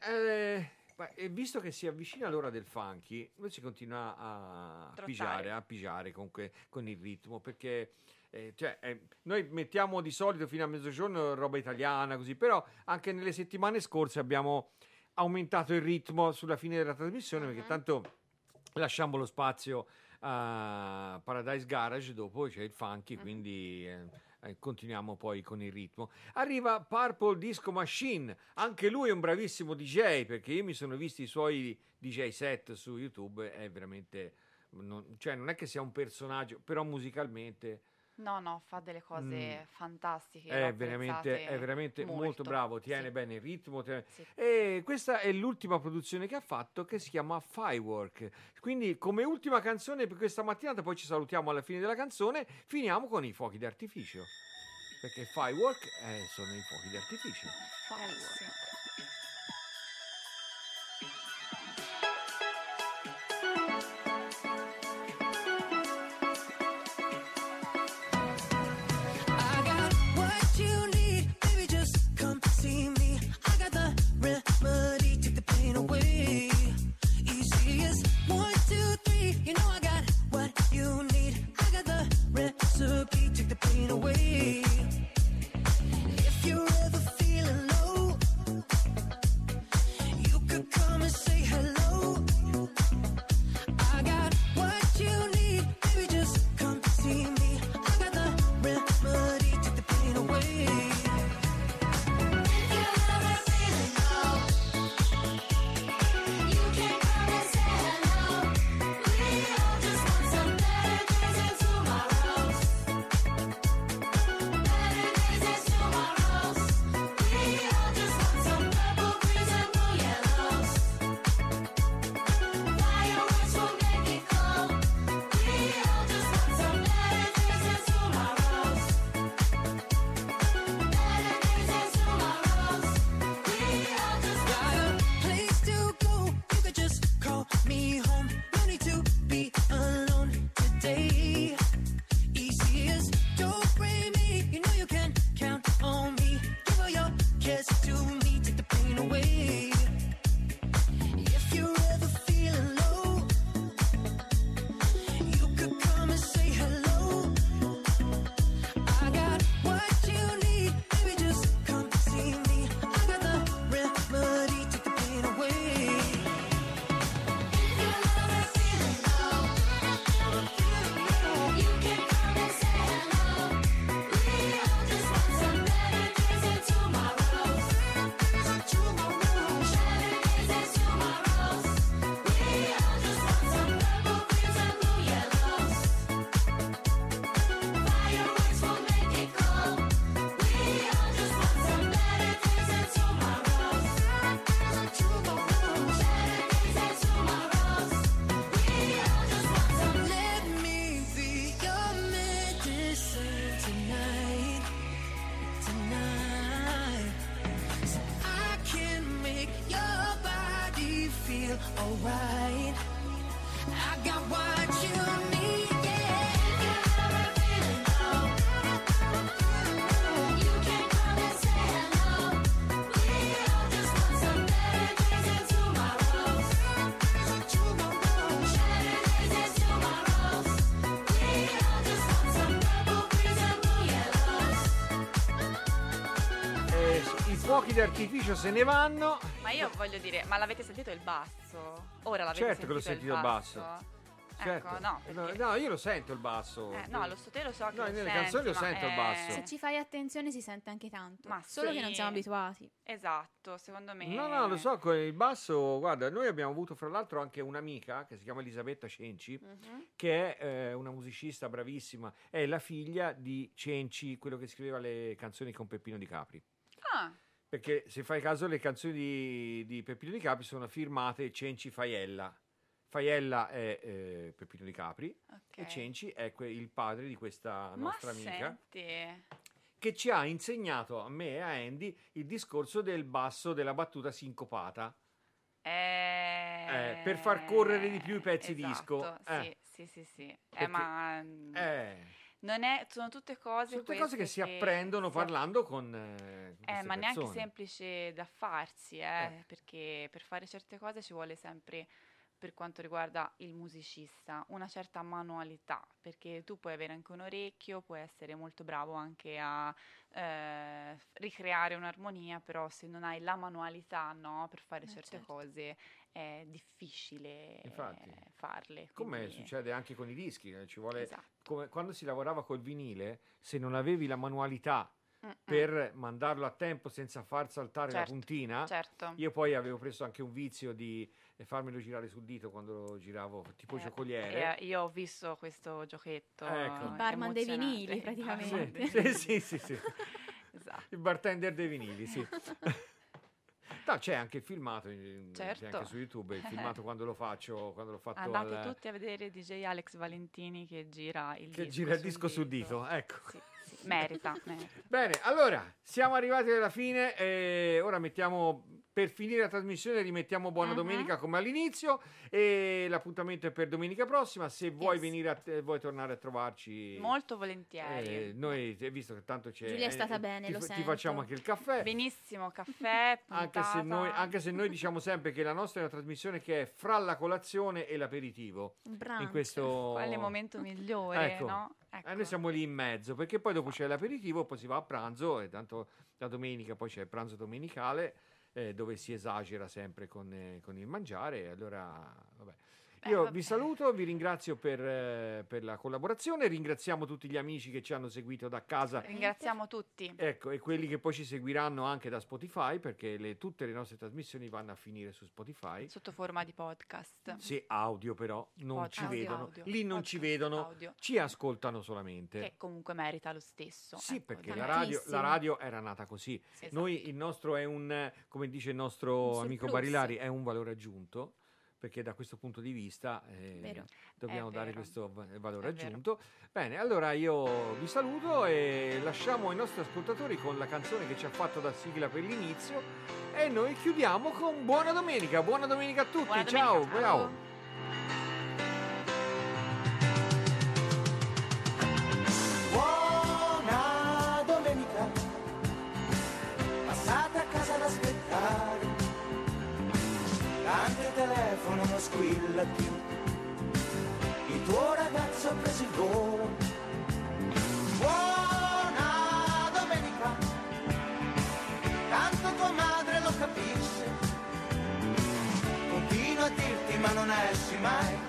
e visto che si avvicina l'ora del funky, noi si continua a Trottare. pigiare comunque con il ritmo, perché noi mettiamo di solito fino a mezzogiorno roba italiana, così, però anche nelle settimane scorse abbiamo aumentato il ritmo sulla fine della trasmissione, perché tanto lasciamo lo spazio a Paradise Garage, dopo c'è il funky, quindi continuiamo poi con il ritmo. Arriva Purple Disco Machine, anche lui è un bravissimo DJ, perché io mi sono visti i suoi DJ set su YouTube, è veramente, non è che sia un personaggio, però musicalmente No, fa delle cose fantastiche. è veramente molto bravo, tiene sì. bene il ritmo. Sì. E questa è l'ultima produzione che ha fatto, che si chiama Firework. Quindi come ultima canzone per questa mattinata, poi ci salutiamo alla fine della canzone, finiamo con i fuochi d'artificio, perché Firework sono i fuochi d'artificio. I got what you need, baby, just come see me. I got the remedy, take the pain away. Easy as 1, 2, 3, you know I got what you need. I got the recipe, take the pain away. If you're ever feeling low, you could come and say hello. I got what you need, baby, just come see me. I got the remedy, take the pain away. If you're ever feeling low, you can come and say hello. We all just want some better days and tomorrows. Better days and tomorrows. We all just want some purple, greens and blue yellows. Fireworks will make it glow. We all just want some better days and tomorrows. Better days and tomorrows. We all just got a place to go. You could just call me home. No need to be alone today. Easy as don't blame me. You know you can count on me. Give all your cares to me. Take the pain away. If you're ever feeling low, you could come and say hello. I got what you need, baby, just come see me. I got the remedy, take the pain away. If you're ever feeling low, you can come and say hello. We all just want some better days and tomorrows. Better days and tomorrows. We all just want some purple, greens and blue yellows. Fireworks will make it glow. We all just want some better days and tomorrows. Better days and tomorrows. We all just want some. Let me be your medicine tonight, so I can make your body feel alright. I got what you need, yeah. If you're ever feeling low, you can come and say hello. We all just want some better days and tomorrows. Better days and tomorrows. We i fuochi d'artificio se ne vanno. Ma io voglio dire, ma l'avete sentito il basso? Ora l'avete Certo che l'ho sentito sentito il basso. Certo. Ecco, no, perché... no, io lo sento il basso. No, lo so, te lo so che no, lo nelle senti, canzoni lo sento il basso. Se ci fai attenzione si sente anche tanto. Ma solo sì. che non siamo abituati. Esatto, secondo me. No, lo so, con il basso, guarda, noi abbiamo avuto fra l'altro anche un'amica che si chiama Elisabetta Cenci, che è una musicista bravissima, è la figlia di Cenci, quello che scriveva le canzoni con Peppino Di Capri. Ah. Perché se fai caso le canzoni di Peppino Di Capri sono firmate Cenci Faiella. Faiella è Peppino Di Capri e Cenci è il padre di questa nostra amica. Senti. Che ci ha insegnato a me e a Andy il discorso del basso della battuta sincopata. Per far correre di più i pezzi disco. Sì. Ma non è, sono tutte cose che si apprendono parlando con queste ma neanche persone. Semplice da farsi, perché per fare certe cose ci vuole sempre, per quanto riguarda il musicista, una certa manualità, perché tu puoi avere anche un orecchio, puoi essere molto bravo anche a ricreare un'armonia, però se non hai la manualità, no, per fare certe cose è difficile farle. Come quindi... succede anche con i dischi, ci vuole, Esatto. come quando si lavorava col vinile, se non avevi la manualità per mandarlo a tempo senza far saltare la puntina. Io poi avevo preso anche un vizio di farmelo girare sul dito quando lo giravo tipo giocoliere. Io ho visto questo giochetto. Il barman dei vinili praticamente. Sì. Esatto. Il bartender dei vinili, sì. No, c'è anche il filmato, c'è anche su YouTube, il filmato quando l'ho fatto. Andate tutti a vedere DJ Alex Valentini che gira il disco sul dito, ecco. Sì, merita. Bene, allora, siamo arrivati alla fine e ora per finire la trasmissione rimettiamo Buona Domenica come all'inizio e l'appuntamento è per domenica prossima. Se vuoi venire vuoi tornare a trovarci, molto volentieri. Noi, visto che tanto c'è Giulia è stata bene, lo sento. Ti facciamo anche il caffè. Benissimo, caffè, anche se noi diciamo sempre che la nostra è una trasmissione che è fra la colazione e l'aperitivo. In questo quale momento migliore, no? Ecco. Noi siamo lì in mezzo, perché poi dopo c'è l'aperitivo, poi si va a pranzo e tanto la domenica poi c'è il pranzo domenicale dove si esagera sempre con il mangiare. Allora, vabbè. Io vi saluto, vi ringrazio per la collaborazione, ringraziamo tutti gli amici che ci hanno seguito da casa. Ringraziamo tutti. Ecco, e quelli che poi ci seguiranno anche da Spotify, perché tutte le nostre trasmissioni vanno a finire su Spotify. Sotto forma di podcast. Sì, audio però, non ci vedono. Audio. Lì non ci vedono, ci ascoltano solamente. Che comunque merita lo stesso. Sì, perché la radio era nata così. Sì, noi, il nostro è come dice il nostro amico Barilari, è un valore aggiunto. Perché da questo punto di vista dobbiamo dare questo valore aggiunto. Bene, allora io vi saluto e lasciamo i nostri ascoltatori con la canzone che ci ha fatto da sigla per l'inizio e noi chiudiamo con Buona Domenica. Buona domenica a tutti, ciao. Buona domenica, passate a casa ad aspettare. Anche il telefono non squilla più, il tuo ragazzo ha preso il volo. Buona domenica, tanto tua madre lo capisce, continua a dirti ma non esci mai.